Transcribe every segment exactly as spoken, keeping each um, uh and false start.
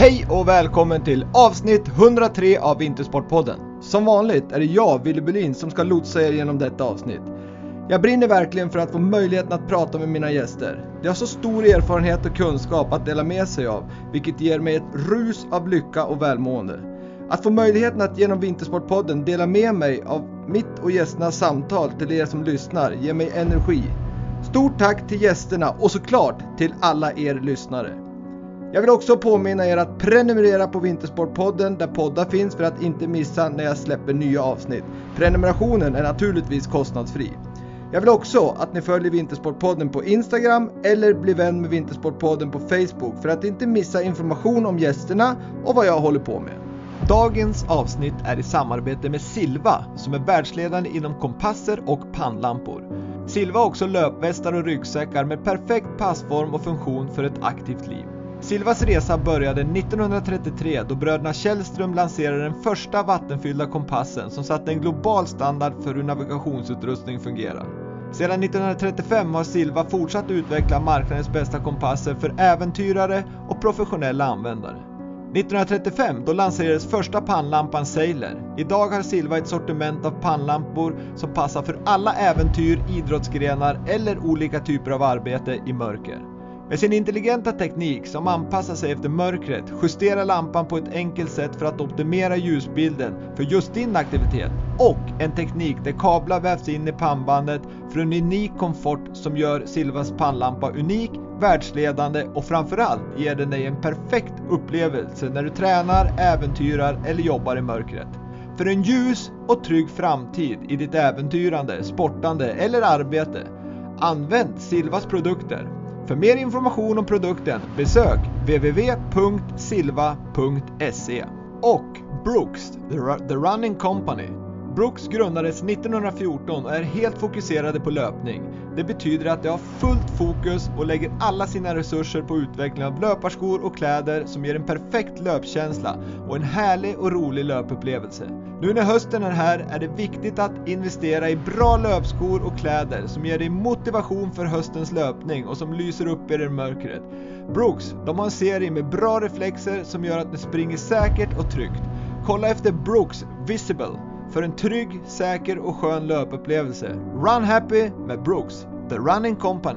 Hej och välkommen till avsnitt hundratre av Vintersportpodden. Som vanligt är det jag, Ville Bylin, som ska lotsa er genom detta avsnitt. Jag brinner verkligen för att få möjligheten att prata med mina gäster. De har så stor erfarenhet och kunskap att dela med sig av, vilket ger mig ett rus av lycka och välmående. Att få möjligheten att genom Vintersportpodden dela med mig av mitt och gästernas samtal till er som lyssnar ger mig energi. Stort tack till gästerna och såklart till alla er lyssnare. Jag vill också påminna er att prenumerera på Vintersportpodden där poddar finns för att inte missa när jag släpper nya avsnitt. Prenumerationen är naturligtvis kostnadsfri. Jag vill också att ni följer Vintersportpodden på Instagram eller blir vän med Vintersportpodden på Facebook för att inte missa information om gästerna och vad jag håller på med. Dagens avsnitt är i samarbete med Silva som är världsledande inom kompasser och pannlampor. Silva har också löpvästar och ryggsäckar med perfekt passform och funktion för ett aktivt liv. Silvas resa började nittonhundratrettiotre då bröderna Källström lanserade den första vattenfyllda kompassen som satte en global standard för hur navigationsutrustning fungerar. Sedan nittonhundratrettiofem har Silva fortsatt utveckla marknadens bästa kompasser för äventyrare och professionella användare. nittonhundratrettiofem då lanserades första pannlampan Sailor. Idag har Silva ett sortiment av pannlampor som passar för alla äventyr, idrottsgrenar eller olika typer av arbete i mörker. Med sin intelligenta teknik som anpassar sig efter mörkret justerar lampan på ett enkelt sätt för att optimera ljusbilden för just din aktivitet och en teknik där kablar vävs in i pannbandet för en unik komfort som gör Silvas pannlampa unik, världsledande och framförallt ger den dig en perfekt upplevelse när du tränar, äventyrar eller jobbar i mörkret. För en ljus och trygg framtid i ditt äventyrande, sportande eller arbete, använd Silvas produkter. För mer information om produkten besök w w w punkt silva punkt se. Och Brooks, The Running Company. Brooks grundades nittonhundrafjorton och är helt fokuserade på löpning. Det betyder att de har fullt fokus och lägger alla sina resurser på utveckling av löparskor och kläder som ger en perfekt löpkänsla och en härlig och rolig löpupplevelse. Nu när hösten är här är det viktigt att investera i bra löpskor och kläder som ger dig motivation för höstens löpning och som lyser upp er i mörkret. Brooks, de har en serie med bra reflexer som gör att ni springer säkert och tryggt. Kolla efter Brooks Visible för en trygg, säker och skön löpupplevelse. Run happy med Brooks, The Running Company.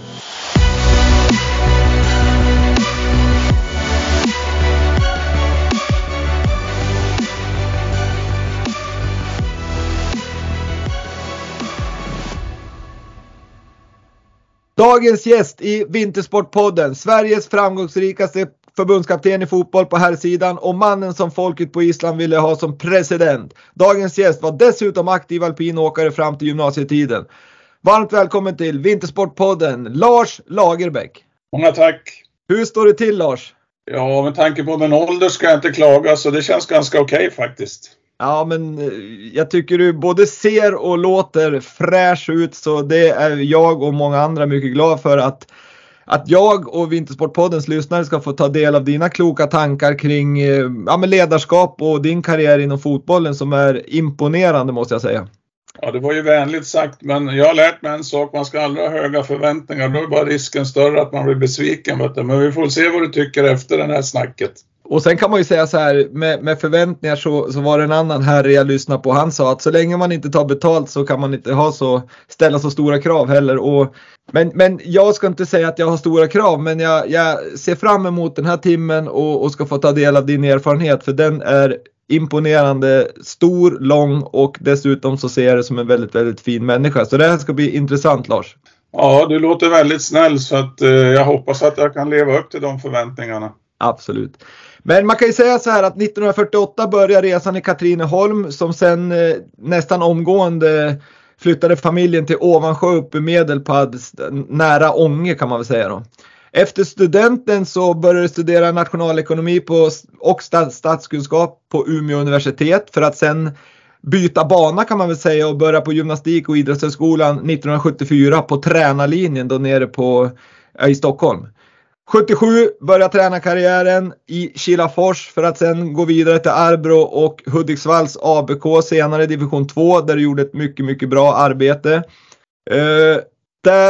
Dagens gäst i Vintersportpodden, Sveriges framgångsrikaste förbundskapten i fotboll på här sidan och mannen som folket på Island ville ha som president. Dagens gäst var dessutom aktiv alpinåkare fram till gymnasietiden. Varmt välkommen till Vintersportpodden, Lars Lagerbäck. Många tack. Hur står det till, Lars? Ja, med tanke på min ålder ska jag inte klaga, så det känns ganska okej faktiskt. Ja, men jag tycker du både ser och låter fräsch ut, så det är jag och många andra mycket glada för att Att jag och Vintersportpoddens lyssnare ska få ta del av dina kloka tankar kring ja, men ledarskap och din karriär inom fotbollen som är imponerande, måste jag säga. Ja, det var ju vänligt sagt, men jag har lärt mig en sak. Man ska aldrig ha höga förväntningar. Då är bara risken större att man blir besviken. Vet du. Men vi får se vad du tycker efter den här snacket. Och sen kan man ju säga så här, med, med förväntningar så, så var det en annan herre jag lyssnade på. Han sa att så länge man inte tar betalt så kan man inte ha så, ställa så stora krav heller. Och, men, men jag ska inte säga att jag har stora krav, men jag, jag ser fram emot den här timmen och, och ska få ta del av din erfarenhet. För den är imponerande, stor, lång och dessutom så ser jag det som en väldigt, väldigt fin människa. Så det här ska bli intressant, Lars. Ja, du låter väldigt snäll, så att eh, jag hoppas att jag kan leva upp till de förväntningarna. Absolut. Men man kan ju säga så här att nittonhundrafyrtioåtta började resan i Katrineholm som sen eh, nästan omgående flyttade familjen till Ovansjö uppe i Medelpad, nära Ånge kan man väl säga då. Efter studenten så började jag studera nationalekonomi på, och statskunskap på Umeå universitet för att sen byta bana kan man väl säga och börja på gymnastik- och idrottshögskolan nittonhundrasjuttiofyra på tränarlinjen då nere på, äh, i Stockholm. sjuttiosju började träna karriären i Kilafors för att sen gå vidare till Arbro och Hudiksvalls A B K, senare division två, där du gjorde ett mycket mycket bra arbete. Uh, där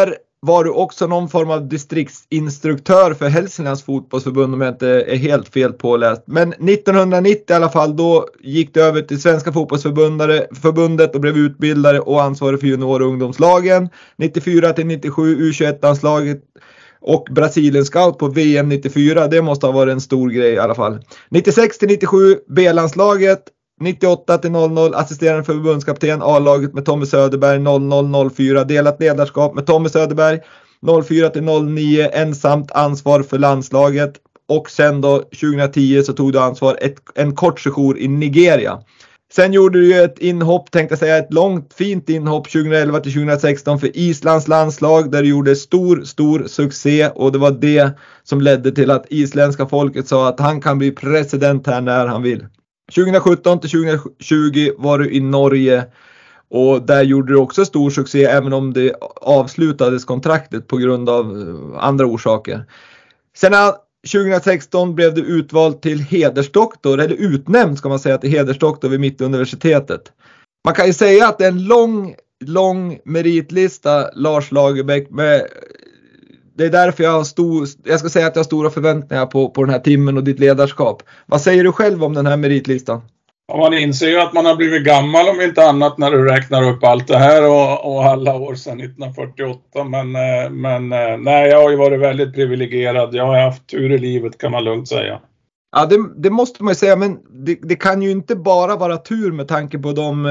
var du också någon form av distriktsinstruktör för Hälsinglands fotbollsförbund om jag inte är helt fel påläst. Men nittonhundranittio i alla fall, då gick du över till Svenska fotbollsförbundet och blev utbildare och ansvarig för junior- och ungdomslagen. nittiofyra till nittiosju U tjugoett-landslaget och Brasilien scout på V M nittiofyra. Det måste ha varit en stor grej i alla fall. nittiosex till nittiosju B-landslaget. nittioåtta till noll noll assisterande förbundskapten A-laget med Tommy Söderberg. noll noll noll fyra delat ledarskap med Tommy Söderberg. noll fyra till noll nio ensamt ansvar för landslaget. Och sen då tjugohundratio så tog du ansvar ett, en kort sejour i Nigeria. Sen gjorde du ju ett inhopp, tänkte jag säga, ett långt fint inhopp tjugoelva till tjugohundrasexton för Islands landslag, där du gjorde stor, stor succé, och det var det som ledde till att isländska folket sa att han kan bli president här när han vill. tjugosjutton till tjugotjugo var du i Norge, och där gjorde du också stor succé, även om det avslutades kontraktet på grund av andra orsaker. Sen tjugohundrasexton blev du utvald till hedersdoktor, eller utnämnd ska man säga, till hedersdoktor vid Mittuniversitetet. Man kan ju säga att det är en lång, lång meritlista, Lars Lagerbäck, med, det är därför jag har stor, jag ska säga att jag har stora förväntningar på, på den här timmen och ditt ledarskap. Vad säger du själv om den här meritlistan? Ja, man inser ju att man har blivit gammal om inte annat när du räknar upp allt det här och, och alla år sedan nittonhundrafyrtioåtta. Men, men nej, jag har ju varit väldigt privilegierad. Jag har haft tur i livet, kan man lugnt säga. Ja, det, det måste man ju säga, men det, det kan ju inte bara vara tur med tanke på de,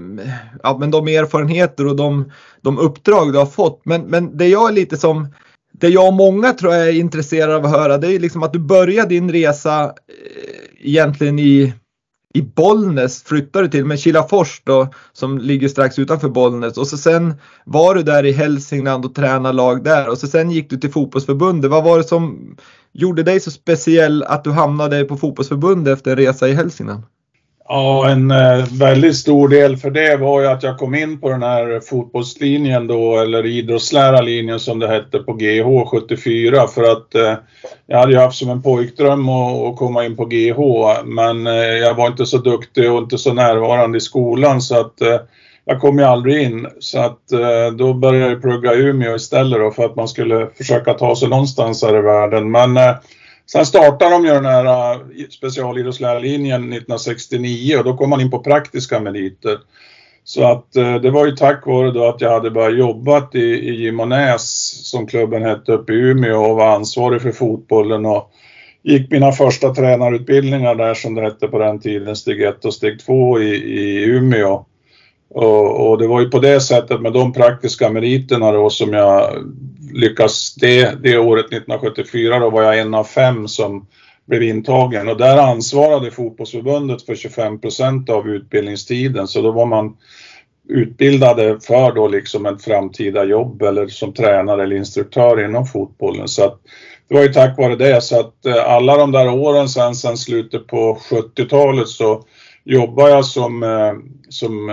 ja, men de erfarenheter och de, de uppdrag du har fått. Men, men det jag är lite som, det jag och många tror jag är intresserade av att höra, det är liksom att du började din resa eh, egentligen i... I Bollnäs flyttade du till, med Kilafors då, som ligger strax utanför Bollnäs. Och så sen var du där i Hälsingland och tränade lag där. Och så sen gick du till fotbollsförbundet. Vad var det som gjorde dig så speciell att du hamnade på fotbollsförbundet efter en resa i Hälsingland? Ja, en eh, väldigt stor del för det var ju att jag kom in på den här fotbollslinjen då, eller idrottslärarlinjen som det hette på G H sjuttiofyra, för att eh, jag hade ju haft som en pojkdröm att, att komma in på G H, men eh, jag var inte så duktig och inte så närvarande i skolan, så att eh, jag kom ju aldrig in. Så att eh, då började jag plugga i Umeå istället då, för att man skulle försöka ta sig någonstans här i världen. Men eh, sen startade de ju den här uh, specialidrottslärarlinjen nittonhundrasextionio, och då kom man in på praktiska meriter. Så att uh, det var ju tack vare då att jag hade bara jobbat i, i Gimonäs, som klubben hette, uppe i Umeå, och var ansvarig för fotbollen och gick mina första tränarutbildningar där, som det hette på den tiden, steg ett och steg två i, i Umeå. Och, och det var ju på det sättet med de praktiska meriterna då som jag lyckas det, det året nittonhundrasjuttiofyra. Då var jag en av fem som blev intagen, och där ansvarade fotbollsförbundet för tjugofem procent av utbildningstiden. Så då var man utbildade för då liksom ett framtida jobb eller som tränare eller instruktör inom fotbollen. Så att det var ju tack vare det, så att alla de där åren sen, sen slutet på sjuttiotalet så jobbar jag som, eh, som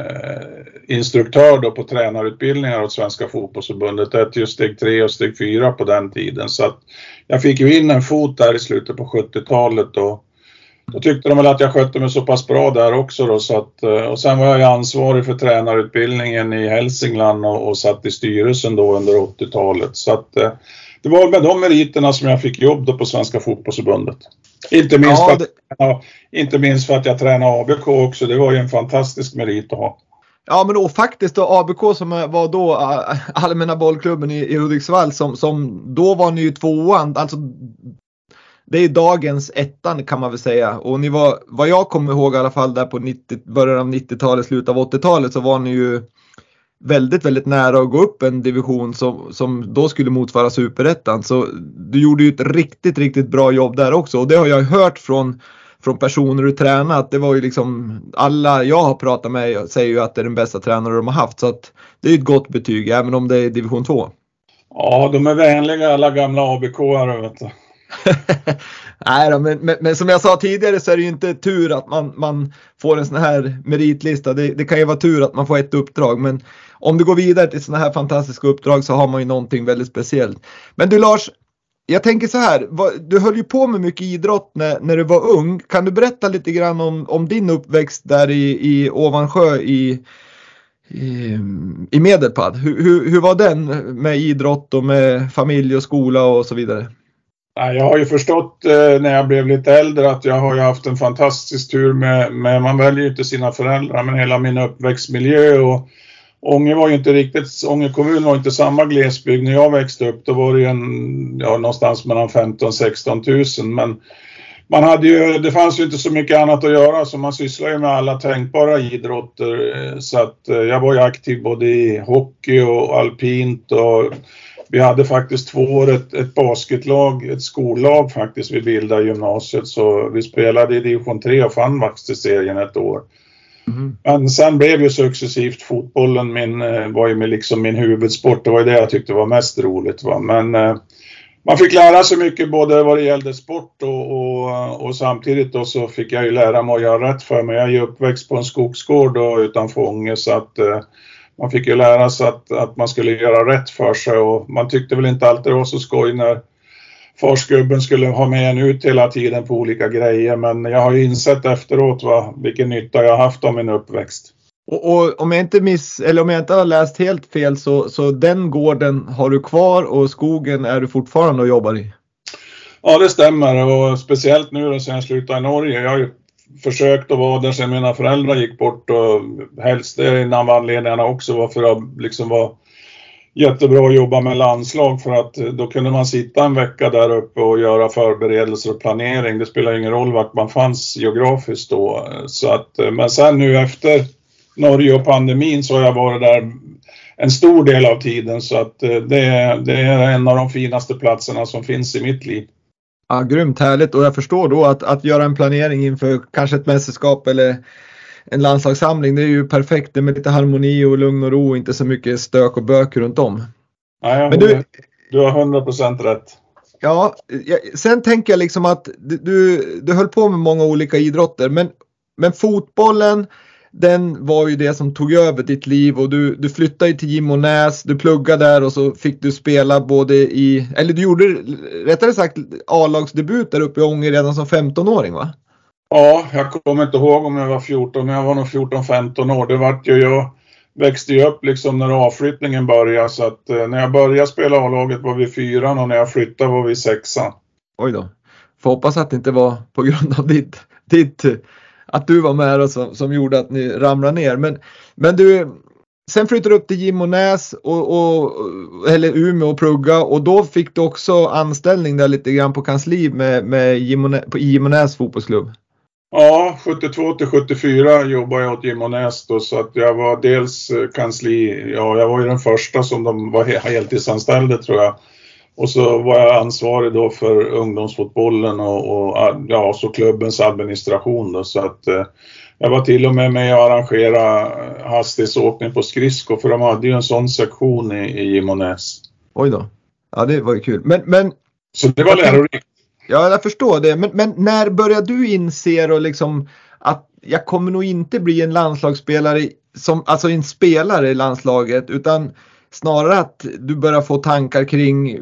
eh, instruktör då på tränarutbildningar åt Svenska fotbollsförbundet. Det är ju steg tre och steg fyra på den tiden. Så att jag fick ju in en fot där i slutet på sjuttiotalet, och då tyckte de väl att jag skötte mig så pass bra där också då. Så att, och sen var jag ansvarig för tränarutbildningen i Hälsingland och, och satt i styrelsen då under åttiotalet. Så att det var med de meriterna som jag fick jobb då på Svenska fotbollsförbundet. Inte minst, ja, det... för att, inte minst för att jag tränade A B K också. Det var ju en fantastisk merit att ha. Ja, men då faktiskt då A B K, som var då allmänna bollklubben i, i Hudiksvall, som, som då var ni ju tvåan. Alltså det är dagens ettan kan man väl säga. Och ni var, vad jag kommer ihåg i alla fall, där på nittio, början av nittiotalet, slutet av åttiotalet, så var ni ju väldigt, väldigt nära att gå upp en division som, som då skulle motsvara superettan. Så du gjorde ju ett riktigt, riktigt bra jobb där också. Och det har jag hört från, från personer du tränat. Det var ju liksom, alla jag har pratat med säger ju att det är den bästa tränare de har haft. Så att det är ju ett gott betyg, även om det är division två. Ja, de är vänliga, alla gamla A B K-are, vet du. Nej då, men, men, men som jag sa tidigare så är det ju inte tur att man, man får en sån här meritlista. Det, det kan ju vara tur att man får ett uppdrag, men om du går vidare till såna här fantastiska uppdrag så har man ju någonting väldigt speciellt. Men du Lars, jag tänker så här, du höll ju på med mycket idrott när, när du var ung. Kan du berätta lite grann om, om din uppväxt där i, i Ovansjö i, i, i Medelpad. Hur, hur, hur var den med idrott och med familj och skola och så vidare? Jag har ju förstått eh, när jag blev lite äldre att jag har ju haft en fantastisk tur med, med man väljer ju inte sina föräldrar, men hela min uppväxtmiljö. Och Ånge var ju inte riktigt, Ånge kommun var inte samma glesbygd när jag växte upp. Då var det ju en, ja, någonstans mellan femton till sexton tusen, men man hade ju, det fanns ju inte så mycket annat att göra, så man sysslade ju med alla tänkbara idrotter. Så att jag var ju aktiv både i hockey och alpint, och vi hade faktiskt två år ett, ett basketlag, ett skollag faktiskt, vi bildade i gymnasiet. Så vi spelade i division tre och fann faktiskt serien ett år. Mm. Men sen blev ju successivt fotbollen min, var ju liksom min huvudsport. Det var ju det jag tyckte var mest roligt. Va? Men eh, man fick lära sig mycket både vad det gällde sport och, och, och samtidigt då så fick jag ju lära mig att göra rätt för mig. Jag är ju uppväxt på en skogsgård och utanför Ånge, så att eh, man fick ju lära sig att, att man skulle göra rätt för sig, och man tyckte väl inte alltid det var så skoj när farsgubben skulle ha med en ut hela tiden på olika grejer, men jag har ju insett efteråt va, vilken nytta jag har haft av min uppväxt. Och, och om jag inte miss, eller om jag inte har läst helt fel, så, så den gården har du kvar och skogen är du fortfarande och jobbar i? Ja, det stämmer, och speciellt nu då sen jag slutade i Norge. Jag har ju försökt att vara där sedan mina föräldrar gick bort, och helst det är en av anledningarna också var för att liksom vara jättebra att jobba med landslag, för att då kunde man sitta en vecka där uppe och göra förberedelser och planering. Det spelar ingen roll vart man fanns geografiskt då. Så att, men sen nu efter Norge och pandemin så har jag varit där en stor del av tiden, så att det, det är en av de finaste platserna som finns i mitt liv. Ja, grymt härligt, och jag förstår då att, att göra en planering inför kanske ett mästerskap eller en landslagssamling, det är ju perfekt, det med lite harmoni och lugn och ro och inte så mycket stök och bök runt om. Nej, men du, du har hundra procent rätt. Ja, sen tänker jag liksom att du, du höll på med många olika idrotter, men, men fotbollen, den var ju det som tog över ditt liv, och du, du flyttade ju till Gimonäs, du pluggade där och så fick du spela både i, eller du gjorde rättare sagt A-lagsdebut där uppe i Ånge redan som femton-åring, va? Ja, jag kommer inte ihåg om jag var fjorton, men jag var nog fjorton femton år. Det var ju, jag växte ju upp liksom när avflyttningen började, så att eh, när jag började spela A-laget var vi fyran och när jag flyttade var vi sexan. Oj då. Får hoppas att det inte var på grund av ditt, ditt att du var med och som, som gjorde att ni ramlade ner. Men, men du, sen flyttade du upp till Gimonäs och, och, eller Umeå och plugga, och då fick du också anställning där lite grann på kansli med, med Gimonäs, på Gimonäs fotbollsklubb. Ja, sjuttiotvå till sjuttiofyra jobbade jag åt Gimonäs då, så att jag var dels kansli, ja jag var ju den första som de var heltidsanställda tror jag. Och så var jag ansvarig då för ungdomsfotbollen och, och ja, så klubbens administration då, så att eh, jag var till och med med att arrangera hastighetsåkning på skridsko, för de hade ju en sån sektion i, i Gimonäs. Oj då, ja det var ju kul. Men, men... Så det var lärorikt. Ja, jag förstår det. Men, men när började du inse och liksom att jag kommer nog inte bli en landslagsspelare, som, alltså en spelare i landslaget, utan snarare att du börjar få tankar kring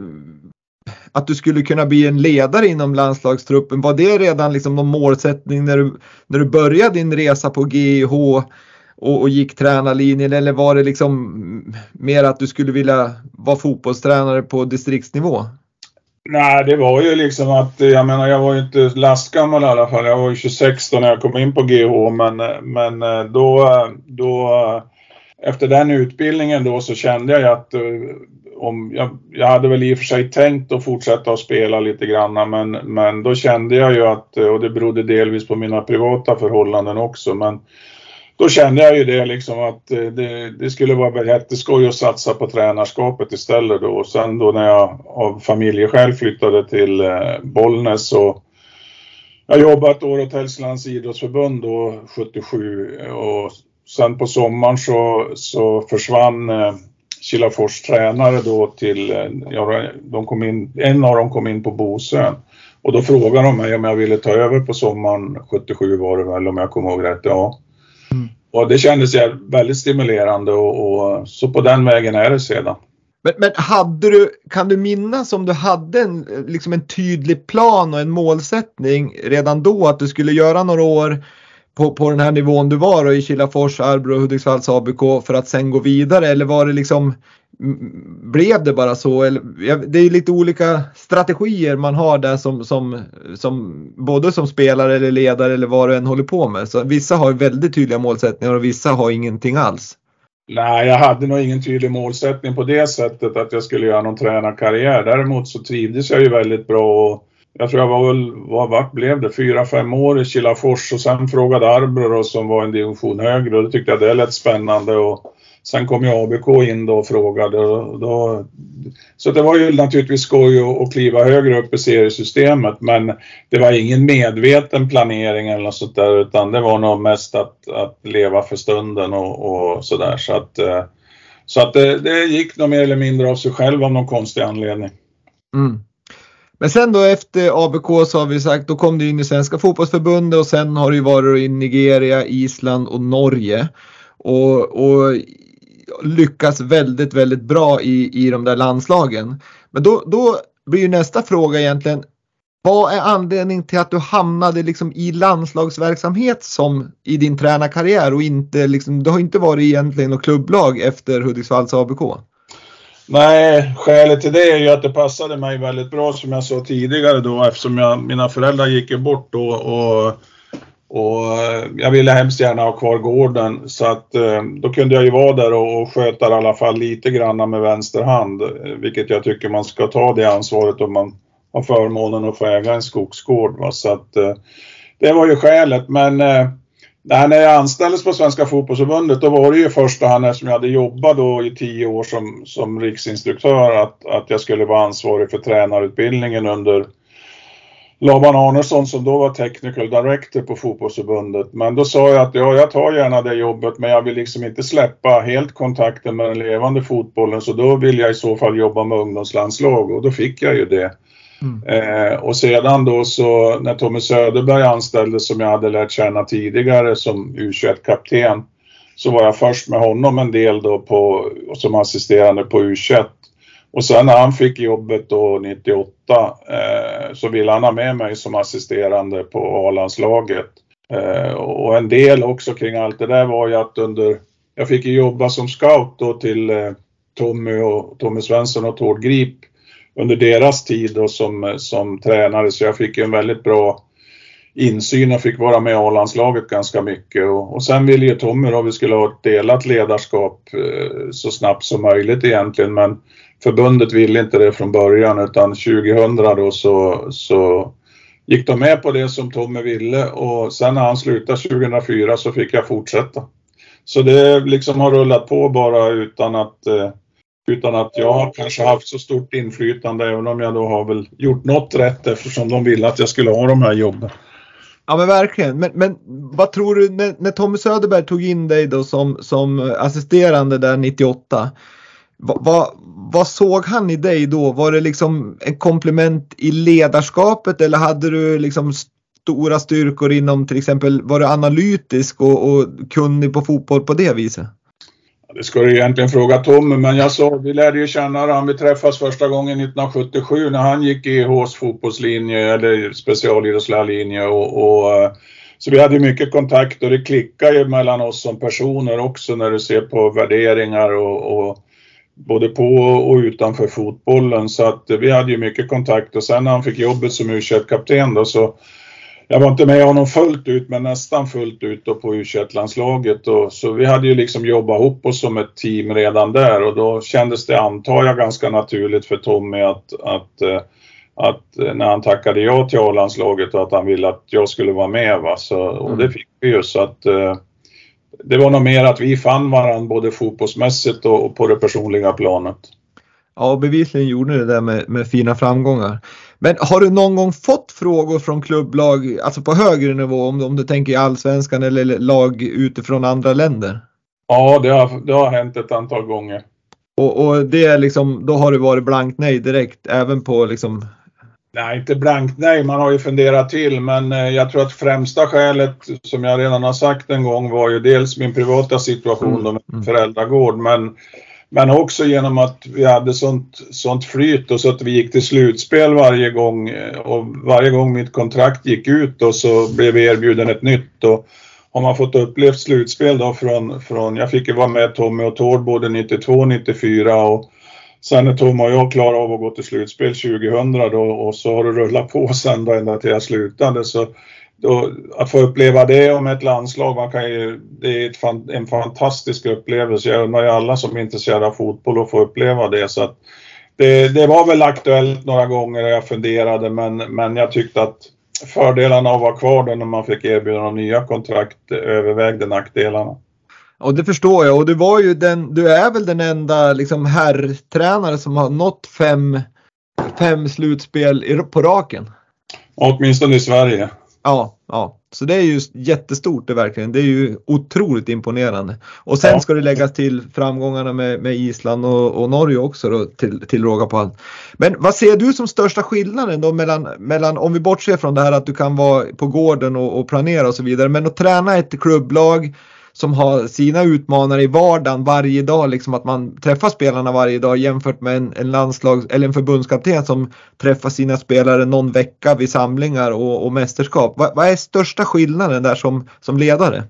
att du skulle kunna bli en ledare inom landslagstruppen? Var det redan liksom någon målsättning när du, när du började din resa på G I H och, och gick tränarlinjen, eller var det liksom mer att du skulle vilja vara fotbollstränare på distriktsnivå? Nej, det var ju liksom att, jag menar jag var ju inte lastgammal i alla fall, jag var ju tjugosex när jag kom in på G H, men, men då, då efter den utbildningen då så kände jag att om, jag, jag hade väl i och för sig tänkt att fortsätta att spela lite grann, men, men då kände jag ju att, och det berodde delvis på mina privata förhållanden också, men då kände jag ju det liksom att det, det skulle vara jätteskoj att satsa på tränarskapet istället då. Och sen då när jag av familjeskäl flyttade till Bollnäs, så jag jobbade ett år åt Hälsinglands idrottsförbund då sjuttiosju, och sen på sommaren så, så försvann Kilafors tränare då till, ja, de kom in, en av dem kom in på Bosön. Och då frågade de mig om jag ville ta över på sommaren sjuttiosju var det väl, om jag kommer ihåg rätt, ja. Mm. Och det kändes väldigt stimulerande, och, och så på den vägen är det sedan. Men, men hade du, kan du minnas om du hade en, liksom en tydlig plan och en målsättning redan då att du skulle göra några år på, på den här nivån du var då, i Kilafors, Arbro och Hudiksvalls A B K för att sen gå vidare? Eller var det liksom, blev det bara så? Eller, det är lite olika strategier man har där som, som, som både som spelare eller ledare eller vad du än håller på med. Så vissa har väldigt tydliga målsättningar och vissa har ingenting alls. Nej, jag hade nog ingen tydlig målsättning på det sättet att jag skulle göra någon tränarkarriär. Däremot så trivdes jag ju väldigt bra och jag tror jag var väl, vad, vad blev det, fyra, fem år i Kilafors och sen frågade Arbro som var en division högre och då tyckte jag det lät spännande och sen kom ju A B K in då och frågade och då, så det var ju naturligtvis skoj att, att kliva högre upp i seriesystemet men det var ingen medveten planering eller något sånt där utan det var nog mest att, att leva för stunden och, och sådär så att, så att det, det gick nog mer eller mindre av sig själv av någon konstig anledning. Mm. Men sen då efter A B K så har vi sagt, då kom du in i Svenska fotbollsförbundet och sen har du varit i Nigeria, Island och Norge och, och lyckas väldigt, väldigt bra i, i de där landslagen. Men då, då blir ju nästa fråga egentligen, vad är anledningen till att du hamnade liksom i landslagsverksamhet som i din tränarkarriär och inte liksom, du har inte varit egentligen något klubblag efter Hudiksvalls A B K? Nej, skälet till det är ju att det passade mig väldigt bra som jag sa tidigare då eftersom jag, mina föräldrar gick ju bort då och, och jag ville hemskt gärna ha kvar gården så att då kunde jag ju vara där och, och sköta i alla fall lite grann med vänster hand vilket jag tycker man ska ta det ansvaret om man har förmånen att få äga en skogsgård va? Så att det var ju skälet men Nej, när jag anställdes på Svenska fotbollsförbundet då var det ju första hand eftersom jag hade jobbat då i tio år som, som riksinstruktör att, att jag skulle vara ansvarig för tränarutbildningen under Laban Arnesson som då var technical director på fotbollsförbundet. Men då sa jag att ja, jag tar gärna det jobbet men jag vill liksom inte släppa helt kontakten med den levande fotbollen så då vill jag i så fall jobba med ungdomslandslag och då fick jag ju det. Mm. Eh, och sedan då så när Tommy Söderberg anställdes som jag hade lärt känna tidigare som U tjugoett-kapten så var jag först med honom en del då på, som assisterande på U tjugoett och sen när han fick jobbet då nittioåtta eh, så ville han ha med mig som assisterande på A-landslaget eh, och en del också kring allt det där var ju att under jag fick ju jobba som scout då till eh, Tommy och Tommy Svensson och Tord Grip under deras tid då som, som tränare så jag fick en väldigt bra insyn och fick vara med i A-landslaget ganska mycket och, och sen ville ju Tommy då vi skulle ha ett delat ledarskap eh, så snabbt som möjligt egentligen men förbundet ville inte det från början utan tjugohundra då så, så gick de med på det som Tommy ville och sen när han slutade tjugohundrafyra så fick jag fortsätta. Så det liksom har rullat på bara utan att eh, Utan att jag har kanske haft så stort inflytande även om jag då har väl gjort något rätt eftersom de ville att jag skulle ha de här jobben. Ja men verkligen. Men, men vad tror du när, när Tommy Söderberg tog in dig då som, som assisterande där nittioåtta. Vad, vad, vad såg han i dig då? Var det liksom en komplement i ledarskapet eller hade du liksom stora styrkor inom till exempel var du analytisk och, och kunnig på fotboll på det viset? Det ska du egentligen fråga Tommy, men jag sa, vi lärde ju känna han. Vi träffas första gången nittonhundrasjuttiosju när han gick i H Ås fotbollslinje eller specialidrottslärarlinje och, och så vi hade mycket kontakt och det klickar ju mellan oss som personer också när du ser på värderingar och, och både på och utanför fotbollen så att vi hade ju mycket kontakt och sen när han fick jobbet som U tjugoett-kapten då så jag var inte med honom fullt ut men nästan fullt ut då på U tjugoett-landslaget och så vi hade ju liksom jobbat ihop oss som ett team redan där och då kändes det antar jag ganska naturligt för Tommy att, att, att när han tackade ja till A-landslaget och att han ville att jag skulle vara med va så, och det fick vi ju så att det var nog mer att vi fann varandra både fotbollsmässigt och, och på det personliga planet. Ja, bevisligen gjorde det där med, med fina framgångar. Men har du någon gång fått frågor från klubblag, alltså på högre nivå, om, om du tänker i allsvenskan eller lag utifrån andra länder? Ja, det har, det har hänt ett antal gånger. Och, och det är liksom, då har det varit blankt nej direkt, även på liksom... Nej, inte blankt nej, man har ju funderat till, men jag tror att främsta skälet, som jag redan har sagt en gång, var ju dels min privata situation mm. med föräldragård, men... Men också genom att vi hade sånt, sånt flyt och så att vi gick till slutspel varje gång och varje gång mitt kontrakt gick ut och så blev vi erbjuden ett nytt och, har man fått upplevt slutspel då från, från jag fick ju vara med Tommy och Tord både nittiotvå nittiofyra och sen när Tom och jag klarade av att gå till slutspel tjugohundra då, och så har det rullat på sen då ända till jag slutade. Så då, att få uppleva det om ett landslag, man kan ju, det är ett fan, en fantastisk upplevelse. Jag undrar ju alla som är intresserade av fotboll att få uppleva det. Så att det, det var väl aktuellt några gånger jag funderade, men, men jag tyckte att fördelarna av att vara kvar då när man fick erbjuda de nya kontrakt övervägde nackdelarna. Och det förstår jag. Och du var ju den, du är väl den enda liksom herrtränare som har nått fem, fem slutspel på raken. Åtminstone i Sverige. Ja, ja. Så det är ju jättestort det verkligen. Det är ju otroligt imponerande. Och sen ja. Ska det läggas till framgångarna med, med Island och, och Norge också då, till, till råga på allt. Men vad ser du som största skillnaden då mellan, mellan, om vi bortser från det här att du kan vara på gården och, och planera och så vidare, men att träna ett klubblag som har sina utmanare i vardagen varje dag, liksom att man träffar spelarna varje dag jämfört med en, en landslag eller en förbundskapten som träffar sina spelare någon vecka vid samlingar och, och mästerskap. Va, vad är största skillnaden där som, som ledare?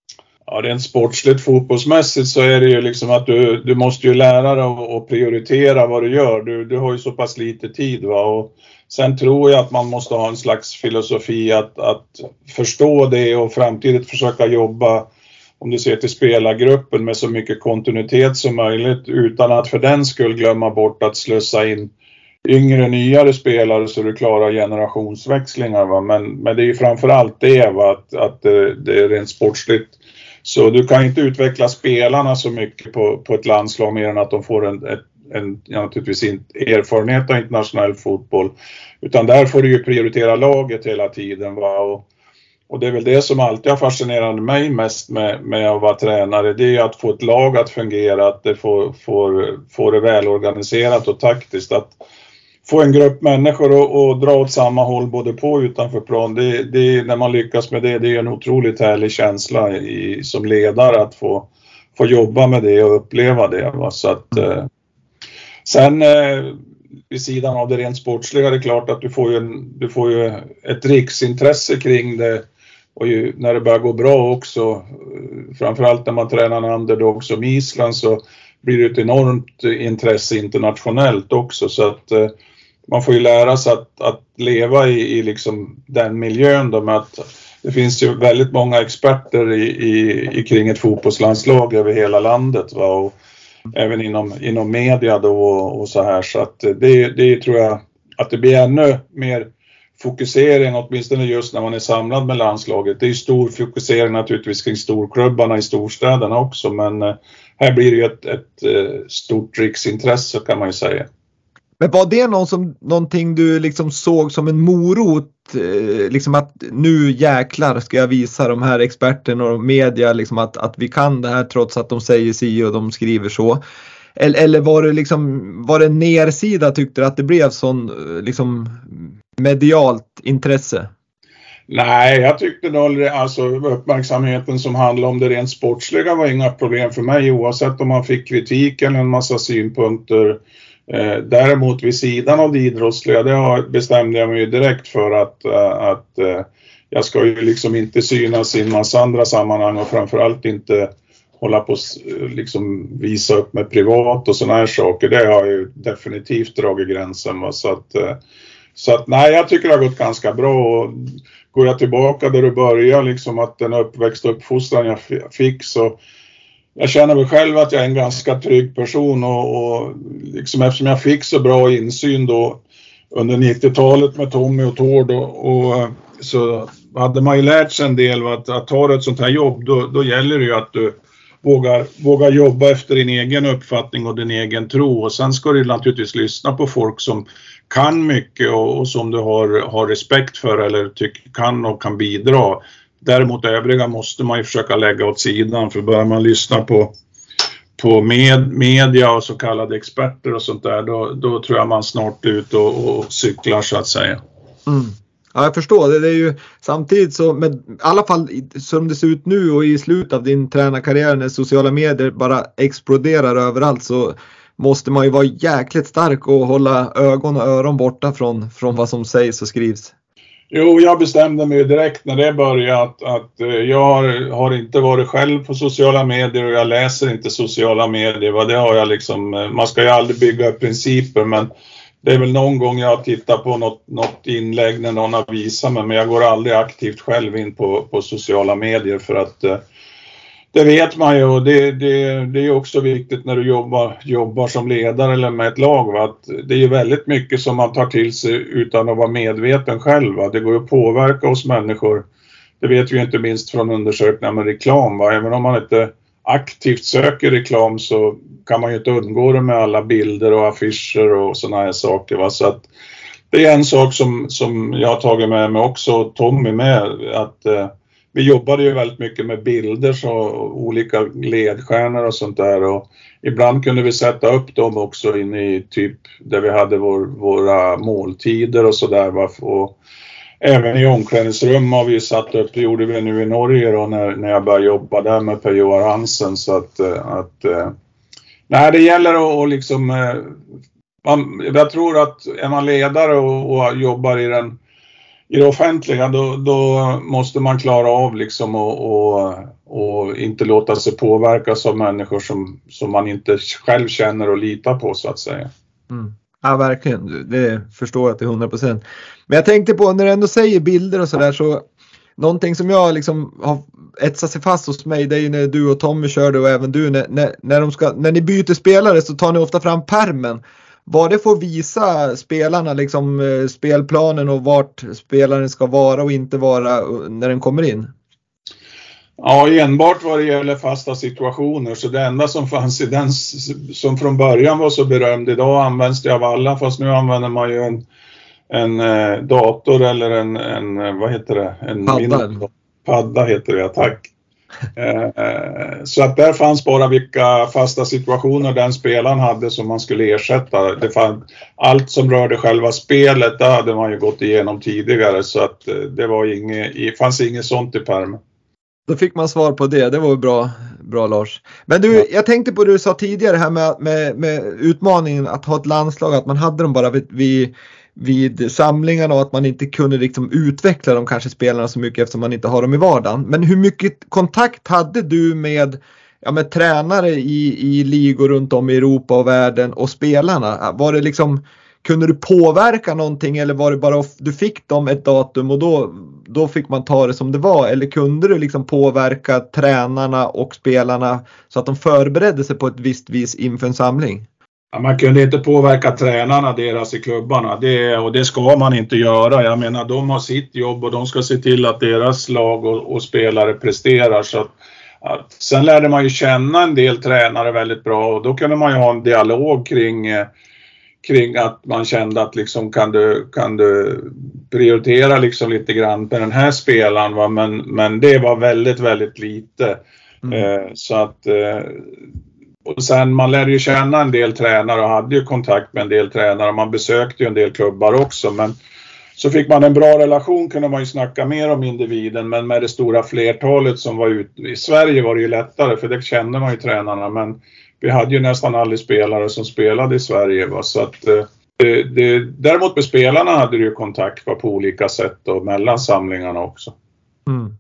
Ja, rent sportsligt fotbollsmässigt så är det ju liksom att du, du måste ju lära dig att prioritera vad du gör. Du, du har ju så pass lite tid va, och sen tror jag att man måste ha en slags filosofi att, att förstå det och framtidigt försöka jobba, om du ser till spelargruppen, med så mycket kontinuitet som möjligt utan att för den skull glömma bort att slussa in yngre, nyare spelare så du klarar generationsväxlingar. Va? Men, men det är ju framförallt det, va? Att, att det, det är rent sportsligt. Så du kan inte utveckla spelarna så mycket på, på ett landslag mer än att de får en, en, ja, naturligtvis erfarenhet av internationell fotboll. Utan där får du ju prioritera laget hela tiden. Va? Och, Och det är väl det som alltid har fascinerat mig mest med, med att vara tränare. Det är att få ett lag att fungera, att det får, får, får det välorganiserat och taktiskt. Att få en grupp människor och, och dra åt samma håll både på och utanför plan. Det, det, när man lyckas med det, det är en otroligt härlig känsla i, som ledare att få, få jobba med det och uppleva det. Va? Så att, eh, sen... Eh, vid sidan av det rent sportsliga är det klart att du får ju, en, du får ju ett riksintresse kring det, och ju, när det börjar gå bra också, framförallt när man tränar en underdog som Island, så blir det ett enormt intresse internationellt också, så att eh, man får ju lära sig att, att leva i, i liksom den miljön då, med att det finns ju väldigt många experter i, i, i kring ett fotbollslandslag över hela landet, va? Och även inom, inom media då och, och så här, så att det, det tror jag att det blir ännu mer fokusering, åtminstone just när man är samlad med landslaget. Det är stor fokusering naturligtvis kring storklubbarna i storstäderna också, men här blir det ju ett, ett stort riksintresse kan man ju säga. Men var det någon som, någonting du liksom såg som en morot, liksom att nu jäklar ska jag visa de här experterna och media liksom att, att vi kan det här trots att de säger si och de skriver så? Eller, eller var det liksom, var det nersida tyckte du att det blev sån liksom medialt intresse? Nej, jag tyckte nog alltså uppmärksamheten som handlar om det rent sportsliga var inga problem för mig, oavsett om man fick kritik eller en massa synpunkter. Eh, däremot vid sidan av det idrottsliga, det bestämde jag mig direkt för att, att eh, jag ska ju liksom inte synas i en massa andra sammanhang och framförallt inte hålla på liksom visa upp med privat och såna här saker. Det har ju definitivt dragit gränsen. Va? Så att, så att nej, jag tycker det har gått ganska bra, och går jag tillbaka där du börjar, liksom att den uppväxt och uppfostran jag fick, så jag känner väl själv att jag är en ganska trygg person, och, och liksom eftersom jag fick så bra insyn då under nittiotalet med Tommy och Tord, och, och så hade man ju lärt sig en del att, att ta ett sånt här jobb, då, då gäller det ju att du vågar, vågar jobba efter din egen uppfattning och din egen tro, och sen ska du naturligtvis lyssna på folk som kan mycket och, och som du har, har respekt för eller tycker kan och kan bidra. Däremot övriga måste man ju försöka lägga åt sidan, för börjar man lyssna på, på med, media och så kallade experter och sånt där, då, då tror jag man snart är ute och, och cyklar så att säga. Mm. Ja, jag förstår det. Det är ju samtidigt så, med, i alla fall som det ser ut nu och i slutet av din tränarkarriär när sociala medier bara exploderar överallt, så måste man ju vara jäkligt stark och hålla ögon och öron borta från, från vad som sägs och skrivs. Jo, jag bestämde mig direkt när det började att, att jag har, har inte varit själv på sociala medier och jag läser inte sociala medier. Vad det har jag liksom, man ska ju aldrig bygga upp principer, men det är väl någon gång jag har tittat på något, något inlägg när någon har visat mig, men jag går aldrig aktivt själv in på, på sociala medier för att det vet man ju, och det, det, det är också viktigt när du jobbar, jobbar som ledare eller med ett lag. Va? Att det är ju väldigt mycket som man tar till sig utan att vara medveten själv. Va? Det går att påverka oss människor. Det vet vi ju inte minst från undersökningar med reklam. Va? Även om man inte aktivt söker reklam så kan man ju inte undgå det med alla bilder och affischer och såna här saker. Va? Så att det är en sak som, som jag har tagit med mig också, Tommy med, att eh, vi jobbade ju väldigt mycket med bilder, så olika ledstjärnor och sånt där, och ibland kunde vi sätta upp dem också in i typ där vi hade vår, våra måltider och sådär. Och även i omklädningsrum har vi satt upp, det gjorde vi nu i Norge då när, när jag började jobba där med Per-Johan Hansen. Så att, att nej, det gäller att och liksom, man, jag tror att är man ledare och, och jobbar i den I det offentliga, då, då måste man klara av liksom och, och, och inte låta sig påverkas av människor som, som man inte själv känner och litar på, så att säga. Mm. Ja, verkligen. Det förstår jag till hundra procent. Men jag tänkte på, när du ändå säger bilder och sådär, så någonting som jag liksom har etsat sig fast hos mig, det är ju när du och Tommy körde, och även du, när, när, när, de ska, när ni byter spelare så tar ni ofta fram pärmen. Vad det får visa spelarna liksom spelplanen och vart spelaren ska vara och inte vara när den kommer in? Ja, enbart vad det gäller fasta situationer. Så det enda som fanns i den som från början var så berömd, idag används det av alla, fast nu använder man ju en, en dator eller en, en vad heter det? En padda. Padda heter det, tack. Så att där fanns bara vilka fasta situationer den spelaren hade som man skulle ersätta. Det fann, allt som rörde själva spelet, det hade man ju gått igenom tidigare, så att det var inget, fanns inget sånt i pärmen. Då fick man svar på det, det var bra, bra Lars. Men du, jag tänkte på det du sa tidigare här med, med, med utmaningen att ha ett landslag, att man hade dem bara vid, vid vid samlingarna och att man inte kunde liksom utveckla de kanske spelarna så mycket eftersom man inte har dem i vardagen. Men hur mycket kontakt hade du med, ja, med tränare i, i ligor runt om i Europa och världen och spelarna? Var det liksom, kunde du påverka någonting, eller var det bara du fick dem ett datum och då, då fick man ta det som det var? Eller kunde du liksom påverka tränarna och spelarna så att de förberedde sig på ett visst vis inför en samling? Ja, man kunde inte påverka tränarna deras i klubbarna, det, och det ska man inte göra. Jag menar, de har sitt jobb och de ska se till att deras lag och, och spelare presterar. Så att, att, sen lärde man ju känna en del tränare väldigt bra, och då kunde man ju ha en dialog kring, kring att man kände att liksom, kan du, kan du prioritera liksom lite grann på den här spelaren, va? Men, men det var väldigt, väldigt lite. Mm. Eh, så att... Eh, Och sen man lärde ju känna en del tränare och hade ju kontakt med en del tränare. Man besökte ju en del klubbar också. Men så fick man en bra relation, kunde man ju snacka mer om individen. Men med det stora flertalet som var ute i Sverige var det ju lättare, för det kände man ju tränarna. Men vi hade ju nästan aldrig spelare som spelade i Sverige. Va? Så att, det, det, däremot med spelarna hade du ju kontakt på olika sätt och mellan samlingarna också. Mm.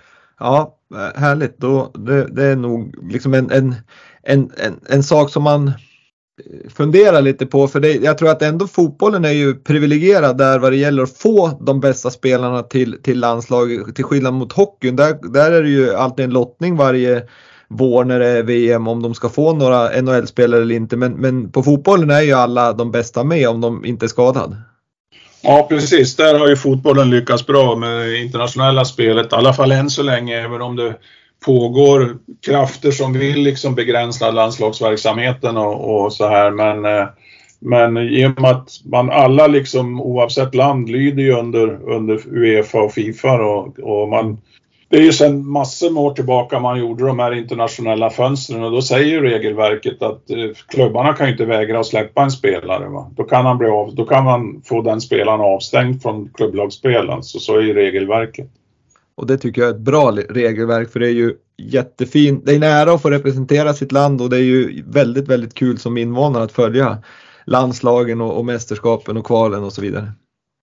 Ja, härligt. Då, det, det är nog liksom en... en... En, en, en sak som man funderar lite på, för det, jag tror att ändå fotbollen är ju privilegierad där vad det gäller att få de bästa spelarna till, till landslag, till skillnad mot hockeyn. Där, där är det ju alltid en lottning varje vår när det är V M om de ska få några N H L-spelare eller inte, men, men på fotbollen är ju alla de bästa med om de inte är skadade. Ja, precis. Där har ju fotbollen lyckats bra med det internationella spelet, i alla fall än så länge, även om det pågår krafter som vill liksom begränsa landslagsverksamheten och, och så här, men, men i och med att man alla liksom oavsett land lyder ju under, under UEFA och FIFA, och, och man, det är ju sedan massor med år tillbaka man gjorde de här internationella fönstren, och då säger ju regelverket att eh, klubbarna kan ju inte vägra att släppa en spelare, va? Då kan han bli av, då kan man få den spelaren avstängd från klubblagsspelen, så så är ju regelverket. Och det tycker jag är ett bra regelverk, för det är ju jättefint. Det är nära att få representera sitt land, och det är ju väldigt, väldigt kul som invånare att följa landslagen och, och mästerskapen och kvalen och så vidare.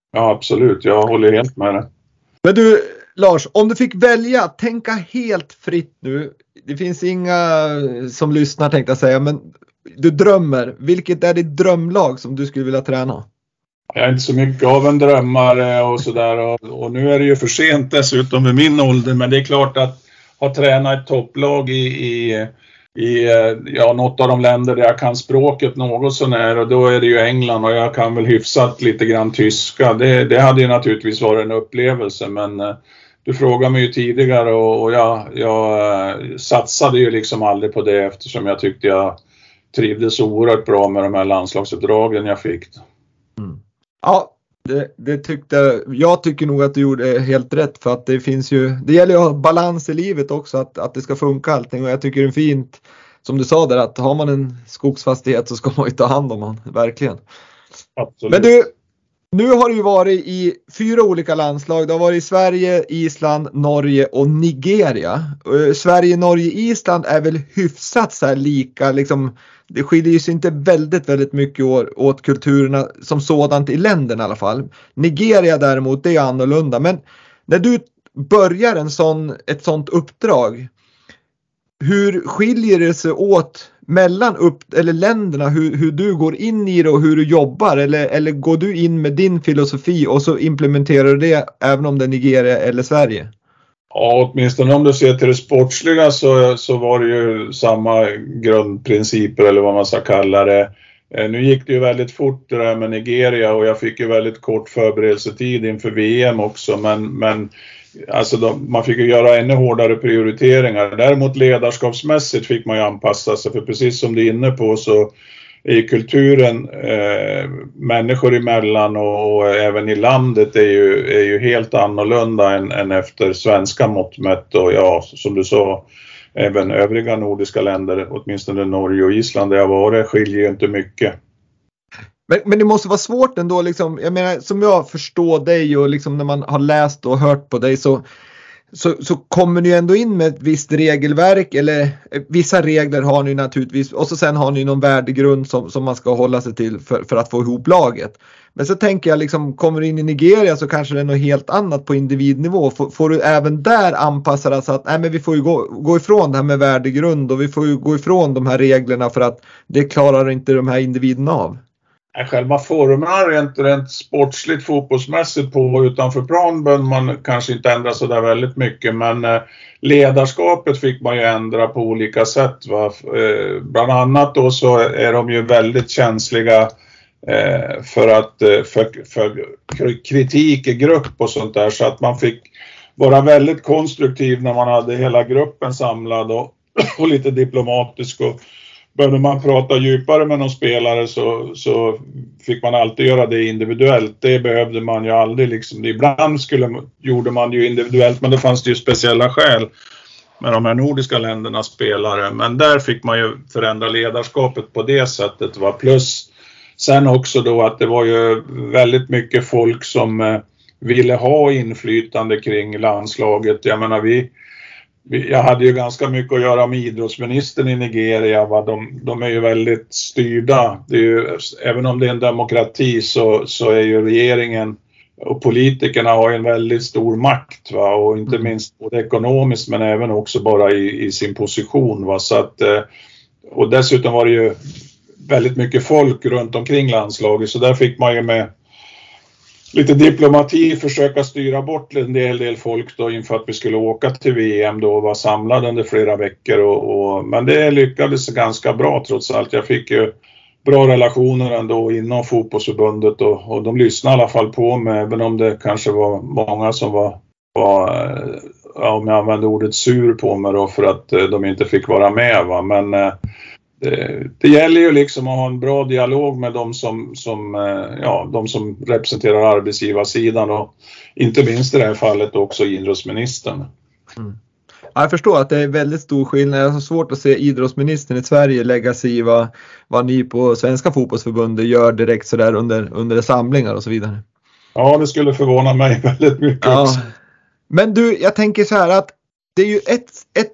Ja, absolut. Jag håller helt med dig. Men du, Lars, om du fick välja, tänka helt fritt nu. Det finns inga som lyssnar, tänkte jag säga, men du drömmer. Vilket är ditt drömlag som du skulle vilja träna? Jag är inte så mycket av en drömmare och sådär. Och, och nu är det ju för sent dessutom med min ålder. Men det är klart att ha tränat ett topplag i, i, i ja, något av de länder där jag kan språket något sånär. Och då är det ju England och jag kan väl hyfsat lite grann tyska. Det, det hade ju naturligtvis varit en upplevelse. Men eh, du frågade mig ju tidigare och, och jag, jag eh, satsade ju liksom aldrig på det eftersom jag tyckte jag trivdes oerhört bra med de här landslagsuppdragen jag fick. Mm. Ja, det, det tyckte jag tycker nog att du gjorde helt rätt, för att det finns ju, det gäller ju att ha balans i livet också, att, att det ska funka allting, och jag tycker det är fint som du sa där, att har man en skogsfastighet så ska man ju ta hand om den, verkligen. Absolut. Men du, nu har du ju varit i fyra olika landslag. Du har varit i Sverige, Island, Norge och Nigeria. Sverige, Norge, Island är väl hyfsat så här lika. Liksom, det skiljer sig inte väldigt, väldigt mycket åt kulturerna som sådant i länderna i alla fall. Nigeria däremot, det är annorlunda. Men när du börjar en sån, ett sånt uppdrag, hur skiljer det sig åt mellan upp, eller länderna, hur, hur du går in i det och hur du jobbar, eller, eller går du in med din filosofi och så implementerar du det även om det är Nigeria eller Sverige? Ja, åtminstone om du ser till det sportsliga så, så var det ju samma grundprinciper eller vad man ska kalla det. Nu gick det ju väldigt fort det där med Nigeria och jag fick ju väldigt kort förberedelsetid inför V M också, men, men alltså de, man fick ju göra ännu hårdare prioriteringar. Däremot ledarskapsmässigt fick man ju anpassa sig, för precis som du är inne på så är kulturen eh, människor emellan och, och även i landet är ju, är ju helt annorlunda än, än efter svenska mått mätt, och ja, som du sa, även övriga nordiska länder, åtminstone Norge och Island där jag var, det skiljer ju inte mycket. Men, men det måste vara svårt ändå, liksom, jag menar, som jag förstår dig och liksom när man har läst och hört på dig så, så, så kommer ni ändå in med ett visst regelverk, eller vissa regler har ni naturligtvis, och så sen har ni någon värdegrund som, som man ska hålla sig till för, för att få ihop laget. Men så tänker jag, liksom, kommer du in i Nigeria så kanske det är något helt annat på individnivå. Får, får du även där anpassa dig så att nej, men vi får ju gå, gå ifrån det här med värdegrund och vi får ju gå ifrån de här reglerna för att det klarar inte de här individerna av? Själva formerna rent, rent sportsligt fotbollsmässigt på utanför plan bör man kanske inte ändra så där väldigt mycket, men eh, ledarskapet fick man ju ändra på olika sätt. Va? Eh, bland annat då så är de ju väldigt känsliga eh, för, att, eh, för, för kritik i grupp och sånt där, så att man fick vara väldigt konstruktiv när man hade hela gruppen samlad och, och lite diplomatisk, och började man prata djupare med någon spelare så, så fick man alltid göra det individuellt. Det behövde man ju aldrig. Liksom. Ibland skulle, gjorde man ju individuellt, men det fanns det ju speciella skäl med de här nordiska ländernas spelare. Men där fick man ju förändra ledarskapet på det sättet. Va? Plus sen också då att det var ju väldigt mycket folk som eh, ville ha inflytande kring landslaget. Jag menar vi... Jag hade ju ganska mycket att göra med idrottsministern i Nigeria. Va? De, de är ju väldigt styrda. Det är ju, även om det är en demokrati så, så är ju regeringen och politikerna har en väldigt stor makt. Va? Och inte minst både ekonomiskt men även också bara i, i sin position. Va? Så att, och dessutom var det ju väldigt mycket folk runt omkring landslaget. Så där fick man ju med lite diplomati försöka styra bort en del, del folk då inför att vi skulle åka till V M då och vara samlade under flera veckor. Och, och, men det lyckades ganska bra trots allt. Jag fick ju bra relationer ändå inom fotbollsförbundet och, och de lyssnade i alla fall på mig, även om det kanske var många som var, var ja, om jag använder ordet sur på mig då för att de inte fick vara med. Va? Men Det, det gäller ju liksom att ha en bra dialog med de som, som, ja, de som representerar arbetsgivarsidan och inte minst i det här fallet också idrottsministern. Mm. Jag förstår att det är väldigt stor skillnad. Det är så svårt att se idrottsministern i Sverige lägga sig i vad, vad ni på Svenska fotbollsförbundet gör direkt sådär under, under samlingar och så vidare. Ja, det skulle förvåna mig väldigt mycket ja. också. Men du, jag tänker så här att det är ju ett, ett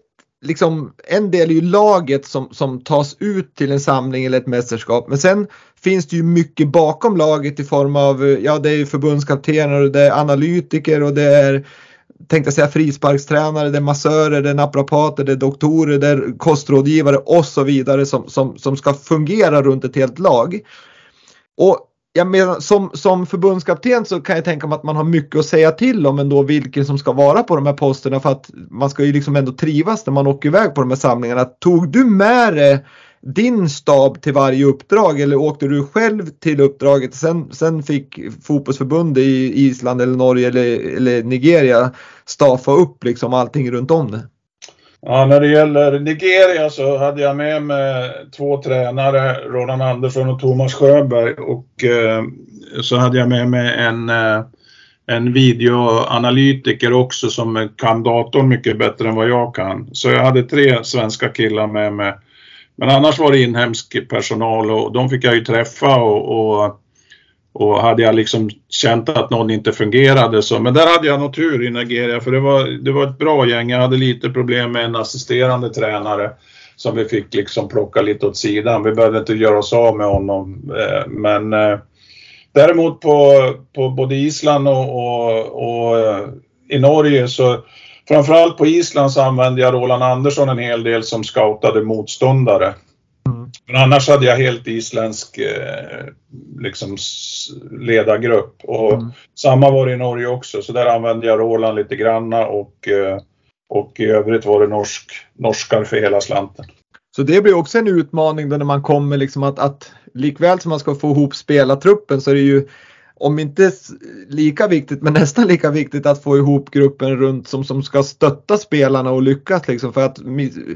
liksom, en del är ju laget som, som tas ut till en samling eller ett mästerskap. Men sen finns det ju mycket bakom laget i form av, ja det är ju förbundskaptener och det är analytiker och det är, tänkte jag säga, frisparkstränare, det är massörer, det är naprapater, det är doktorer, det är kostrådgivare och så vidare som, som, som ska fungera runt ett helt lag. Och jag menar, som, som förbundskapten så kan jag tänka mig att man har mycket att säga till om ändå vilken som ska vara på de här posterna, för att man ska ju liksom ändå trivas när man åker iväg på de här samlingarna. Tog du med dig din stab till varje uppdrag eller åkte du själv till uppdraget? Sen, sen fick fotbollsförbundet i Island eller Norge eller, eller Nigeria staffa upp liksom allting runt om det. Ja, när det gäller Nigeria så hade jag med mig två tränare, Roland Andersson och Thomas Sjöberg, och eh, så hade jag med mig en, eh, en videoanalytiker också som kan datorn mycket bättre än vad jag kan. Så jag hade tre svenska killar med mig. Men annars var det inhemsk personal och de fick jag ju träffa och, och, och hade jag liksom känt att någon inte fungerade så. Men där hade jag nog tur i Nigeria, för det var, det var ett bra gäng. Jag hade lite problem med en assisterande tränare som vi fick liksom plocka lite åt sidan. Vi behövde inte göra oss av med honom. Men däremot på, på både Island och, och, och i Norge så, framförallt på Island så använde jag Roland Andersson en hel del som scoutade motståndare. Mm. Men annars hade jag helt isländsk eh, liksom ledargrupp. Och mm. samma var det i Norge också. Så där använde jag Roland lite granna och, eh, och i övrigt var det norsk, norskar för hela slanten. Så det blir också en utmaning då när man kommer liksom att, att likväl som man ska få ihop spelartruppen så är det ju, om inte lika viktigt men nästan lika viktigt att få ihop gruppen runt som, som ska stötta spelarna och lyckas liksom, för att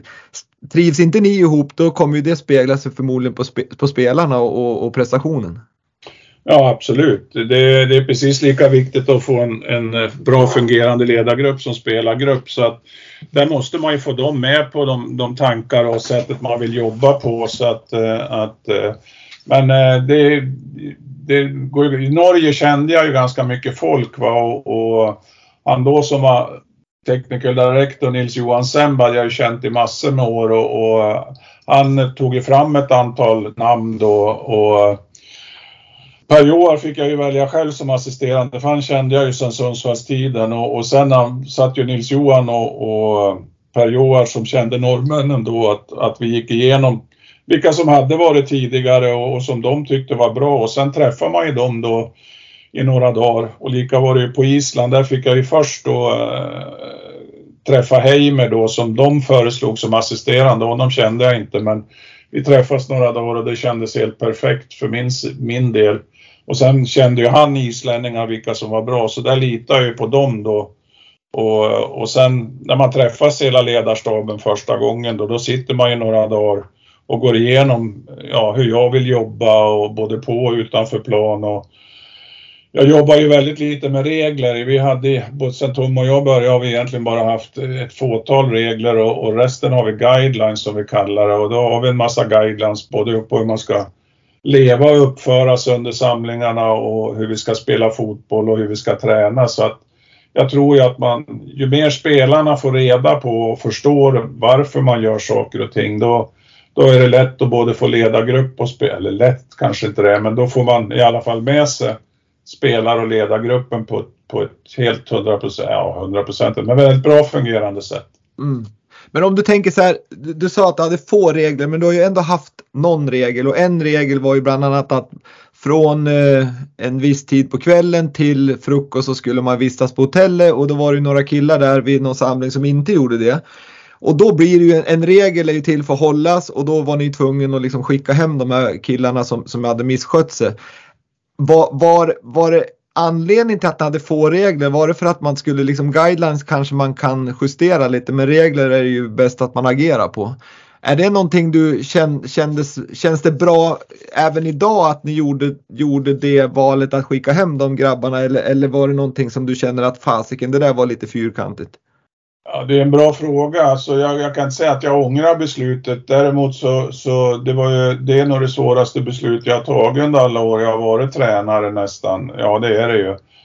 trivs inte ni ihop då kommer ju det spegla sig förmodligen på, spe, på spelarna och, och prestationen. Ja, absolut. Det, det är precis lika viktigt att få en, en bra fungerande ledargrupp som spelargrupp, så att där måste man ju få dem med på de, de tankar och sättet man vill jobba på, så att, att men det Det går, i Norge kände jag ju ganska mycket folk, va, och, och han då som var technical director Nils Johansson hade jag ju känt i massor med år och, och han tog ju fram ett antal namn då och Per Joar fick jag ju välja själv som assisterande, för han kände jag ju sedan Sundsvallstiden och, och sen satt ju Nils Johan och, och Per Joar som kände norrmännen då att, att vi gick igenom vilka som hade varit tidigare och, och som de tyckte var bra. Och sen träffade man ju dem då i några dagar. Och lika var det ju på Island. Där fick jag ju först då äh, träffa Heimer då som de föreslog som assisterande. Och de kände jag inte, men vi träffades några dagar och det kändes helt perfekt för min, min del. Och sen kände ju han islänningar vilka som var bra. Så där litar jag ju på dem då. Och, och sen när man träffas hela ledarstaben första gången då, då sitter man ju några dagar och går igenom ja, hur jag vill jobba och både på och utanför plan. Och jag jobbar ju väldigt lite med regler. Vi hade, både sen Tom och jag började, har vi egentligen bara haft ett fåtal regler och, och resten har vi guidelines som vi kallar det. Och då har vi en massa guidelines både på hur man ska leva och uppföra sig under samlingarna och hur vi ska spela fotboll och hur vi ska träna. Så att jag tror ju att man, ju mer spelarna får reda på och förstår varför man gör saker och ting, då Då är det lätt att både få ledargrupp och spela, eller lätt kanske inte det, men då får man i alla fall med sig spelar- och ledargruppen på, på ett helt hundra procent, ja hundra procent, men väldigt bra fungerande sätt. Mm. Men om du tänker så här, du, du sa att du hade få regler, men du har ju ändå haft någon regel, och en regel var ju bland annat att från eh, en viss tid på kvällen till frukost så skulle man vistas på hotellet, och då var det ju några killar där vid någon samling som inte gjorde det. Och då blir det ju en, en regel är ju till för att hållas, och då var ni tvungen att liksom skicka hem de här killarna som, som hade misskött sig. Var, var, var det anledningen till att ni hade få regler? Var det för att man skulle liksom, guidelines kanske man kan justera lite, men regler är ju bäst att man agerar på. Är det någonting du känn, kändes, känns det bra även idag att ni gjorde, gjorde det valet att skicka hem de grabbarna, eller, eller var det någonting som du känner att fasiken, det där var lite fyrkantigt? Ja, det är en bra fråga. Alltså jag, jag kan inte säga att jag ångrar beslutet. Däremot så, så det var ju, det är nog det svåraste beslut jag har tagit under alla år jag har varit tränare nästan. Ja, det är det ju.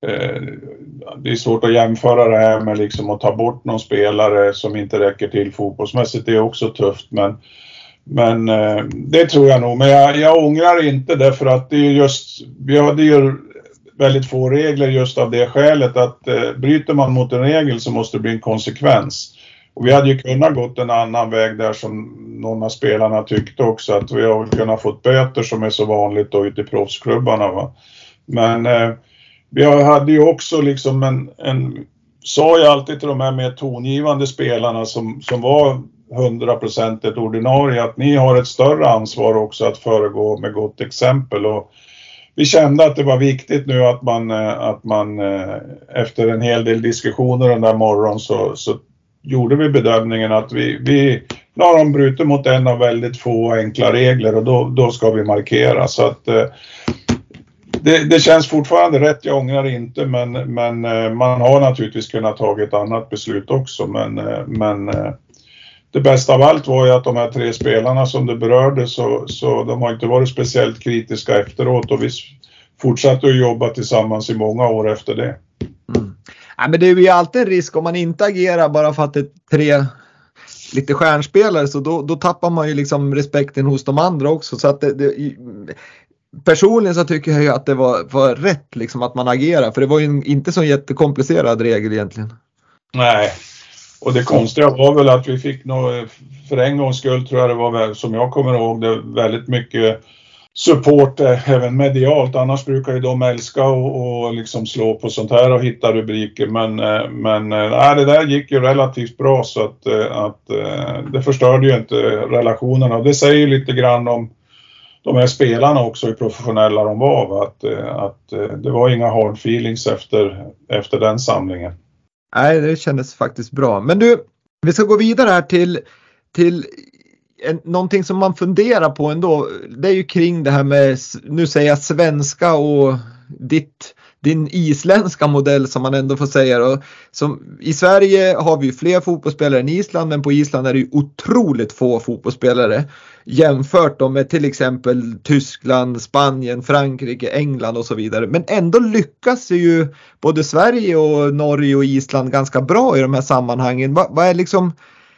eh, det är svårt att jämföra det här med liksom att ta bort någon spelare som inte räcker till fotbollsmässigt. Det är också tufft, men, men eh, det tror jag nog. Men jag, jag ångrar inte det, för att det är just, vi hade ju väldigt få regler just av det skälet att eh, bryter man mot en regel så måste det bli en konsekvens. Och vi hade ju kunnat gått en annan väg där, som någon av spelarna tyckte också, att vi har kunnat fått böter som är så vanligt då ute i proffsklubbarna, va. Men eh, vi hade ju också liksom en, en, sa jag alltid till de här mer tongivande spelarna som, som var hundra procent ett ordinarie, att ni har ett större ansvar också att föregå med gott exempel. Och vi kände att det var viktigt nu att man, att man efter en hel del diskussioner den där morgonen så, så gjorde vi bedömningen att vi, vi nu har de brutit mot en av väldigt få enkla regler, och då, då ska vi markera. Så att det, det känns fortfarande rätt, jag ångrar inte, men, men man har naturligtvis kunnat ta ett annat beslut också. Men, men det bästa av allt var ju att de här tre spelarna som det berörde, så, så de har inte varit speciellt kritiska efteråt, och vi fortsatte att jobba tillsammans i många år efter det. Mm. Ja, men det är ju alltid en risk om man inte agerar bara för att det är tre lite stjärnspelare, så då, då tappar man ju liksom respekten hos de andra också. Så att det, det, personligen så tycker jag ju att det var, var rätt liksom att man agerar, för det var ju inte så en jättekomplicerad regel egentligen. Nej. Och det konstiga var väl att vi fick nog, för en gångs skull tror jag det var, som jag kommer ihåg, det väldigt mycket support även medialt. Annars brukar ju de älska och, och liksom slå på sånt här och hitta rubriker. Men, men nej, det där gick ju relativt bra, så att, att det förstörde ju inte relationerna. Och det säger ju lite grann om de här spelarna också, hur professionella de var. Att, att det var inga hard feelings efter, efter den samlingen. Nej, det kändes faktiskt bra. Men du, vi ska gå vidare här till, till en, någonting som man funderar på ändå. Det är ju kring det här med, nu säger jag svenska och ditt, din isländska modell som man ändå får säga. Och som, i Sverige har vi ju fler fotbollsspelare än Island, men på Island är det ju otroligt få fotbollsspelare. Jämfört då med till exempel Tyskland, Spanien, Frankrike, England och så vidare. Men ändå lyckas ju både Sverige och Norge och Island ganska bra i de här sammanhangen. Vad, vad är liksom,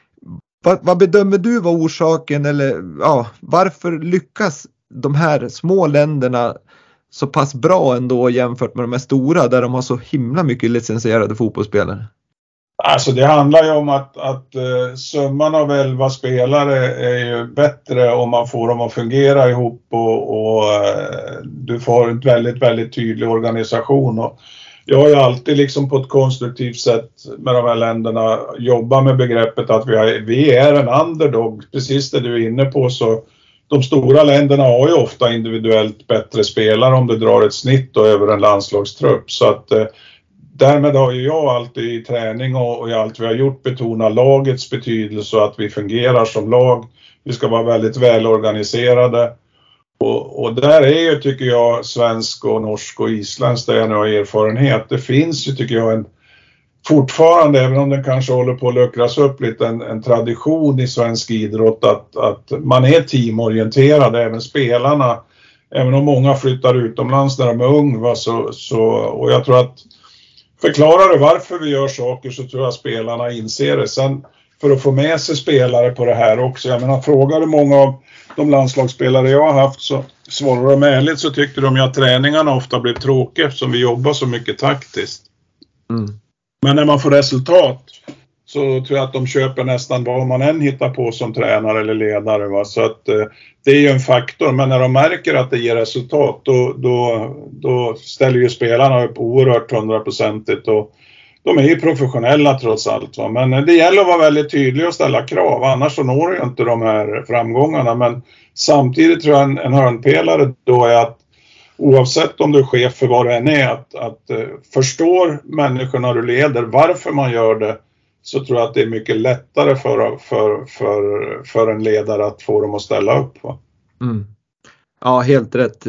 vad, vad bedömer du var orsaken, eller ja, varför lyckas de här små länderna så pass bra ändå jämfört med de här stora där de har så himla mycket licensierade fotbollsspelare? Alltså det handlar ju om att, att uh, summan av elva spelare är ju bättre om man får dem att fungera ihop, och, och uh, du får en väldigt, väldigt tydlig organisation. Och jag har ju alltid liksom på ett konstruktivt sätt med de här länderna jobbat med begreppet att vi, har, vi är en underdog, precis det du är inne på. Så de stora länderna har ju ofta individuellt bättre spelare om du drar ett snitt då över en landslagstrupp. Så att uh, därmed har ju jag alltid i träning och, och i allt vi har gjort betonat lagets betydelse och att vi fungerar som lag. Vi ska vara väldigt välorganiserade. Och, och där är ju, tycker jag, svensk och norsk och isländsk där jag nu har erfarenhet. Det finns ju, tycker jag, en fortfarande, även om den kanske håller på att luckras upp lite, en, en tradition i svensk idrott att, att man är teamorienterad, även spelarna. Även om många flyttar utomlands när de är unga, så, så, och jag tror att förklarar du varför vi gör saker, så tror jag spelarna inser det. Sen för att få med sig spelare på det här också. Jag menar, frågar du många av de landslagsspelare jag har haft, så svarar de ärligt, så tyckte de ju att träningarna ofta blev tråkiga eftersom vi jobbar så mycket taktiskt. Mm. Men när man får resultat så tror jag att de köper nästan vad man än hittar på som tränare eller ledare. Va? Så att eh, det är ju en faktor. Men när de märker att det ger resultat, då, då, då ställer ju spelarna upp oerhört hundraprocentigt. Och de är ju professionella trots allt. Va? Men det gäller att vara väldigt tydlig och ställa krav. Annars så når ju inte de här framgångarna. Men samtidigt tror jag en, en hörnpelare då är att oavsett om du är chef för vad det än är, att, att uh, förstår människorna du leder varför man gör det, så tror jag att det är mycket lättare för, för, för, för en ledare att få dem att ställa upp. Va? Mm. Ja, helt rätt.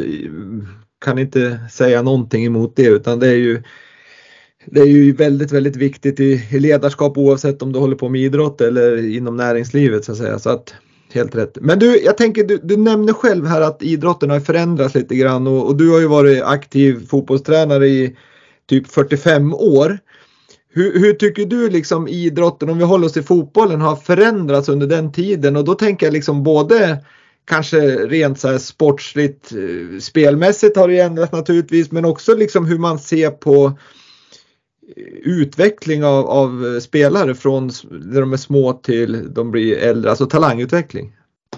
Kan inte säga någonting emot det, utan det är ju det är ju väldigt, väldigt viktigt i, i ledarskap, oavsett om du håller på med idrott eller inom näringslivet, så att säga. Så att, helt rätt. Men du, jag tänker, du, du nämner själv här att idrotten har förändrats lite grann, och, och du har ju varit aktiv fotbollstränare i typ fyrtiofem år. Hur, hur tycker du liksom idrotten, om vi håller oss till fotbollen, har förändrats under den tiden? Och då tänker jag liksom både kanske rent så här sportsligt, spelmässigt har det ändrat naturligtvis, men också liksom hur man ser på utveckling av, av spelare från när de är små till de blir äldre, alltså talangutveckling.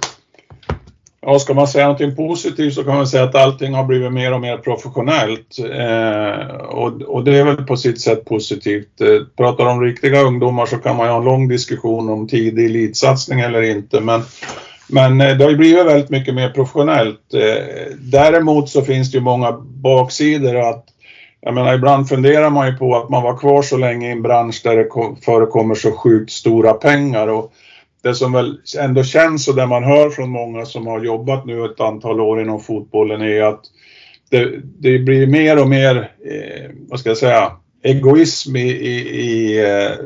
Ja, ska man säga någonting positivt så kan man säga att allting har blivit mer och mer professionellt. Eh, och, och det är väl på sitt sätt positivt. Eh, pratar om riktiga ungdomar så kan man ju ha en lång diskussion om tidig elitsatsning eller inte. Men, men eh, det har ju blivit väldigt mycket mer professionellt. Eh, däremot så finns det ju många baksidor. Att, jag menar, ibland funderar man ju på att man var kvar så länge i en bransch där det förekommer så sjukt stora pengar. Och det som väl ändå känns och det man hör från många som har jobbat nu ett antal år inom fotbollen är att det, det blir mer och mer, eh, vad ska jag säga, egoism i, i, i,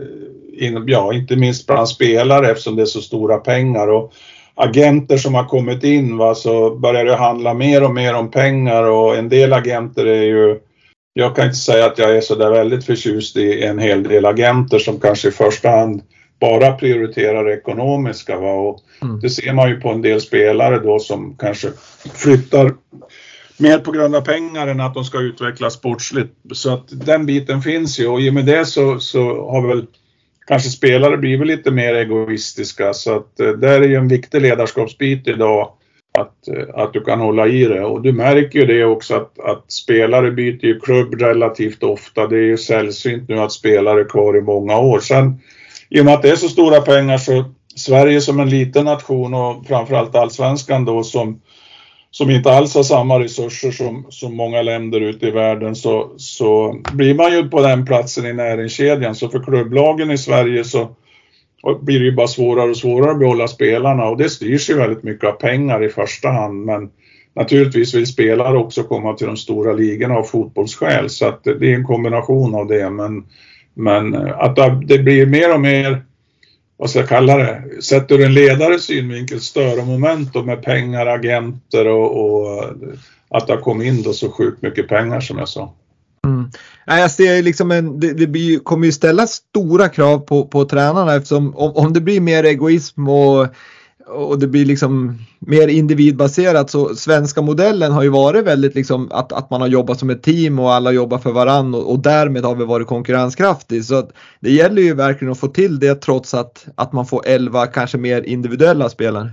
i, ja, inte minst bland spelare eftersom det är så stora pengar. Och agenter som har kommit in, va, så börjar det handla mer och mer om pengar, och en del agenter är ju, jag kan inte säga att jag är så där väldigt förtjust i en hel del agenter som kanske i första hand bara prioriterar det ekonomiska, va? Och mm. det ser man ju på en del spelare då som kanske flyttar mer på grund av pengar än att de ska utvecklas sportsligt. Så att den biten finns ju, och i och med det så, så har väl kanske spelare blivit lite mer egoistiska. Så att eh, där är ju en viktig ledarskapsbit idag att, eh, att du kan hålla i det. Och du märker ju det också att, att spelare byter ju klubb relativt ofta. Det är ju sällsynt nu att spelare är kvar i många år. Sen i och med att det är så stora pengar så Sverige som en liten nation och framförallt allsvenskan då som, som inte alls har samma resurser som, som många länder ute i världen, så, så blir man ju på den platsen i näringskedjan. Så för klubblagen i Sverige så blir det ju bara svårare och svårare att behålla spelarna, och det styrs ju väldigt mycket av pengar i första hand. Men naturligtvis vill spelare också komma till de stora ligorna av fotbollsskäl, så att det är en kombination av det. Men Men att det blir mer och mer, vad ska jag kalla det, sätter en ledare synvinkel, större moment med pengar, agenter och, och att det har kommit in då så sjukt mycket pengar som jag sa. Mm. Jag ser liksom en, det, det blir, kommer ju ställa stora krav på, på tränarna, eftersom om, om det blir mer egoism och och det blir liksom mer individbaserat, så svenska modellen har ju varit väldigt liksom att, att man har jobbat som ett team och alla jobbar för varann, och, och därmed har vi varit konkurrenskraftig. Så att det gäller ju verkligen att få till det trots att, att man får elva kanske mer individuella spelare.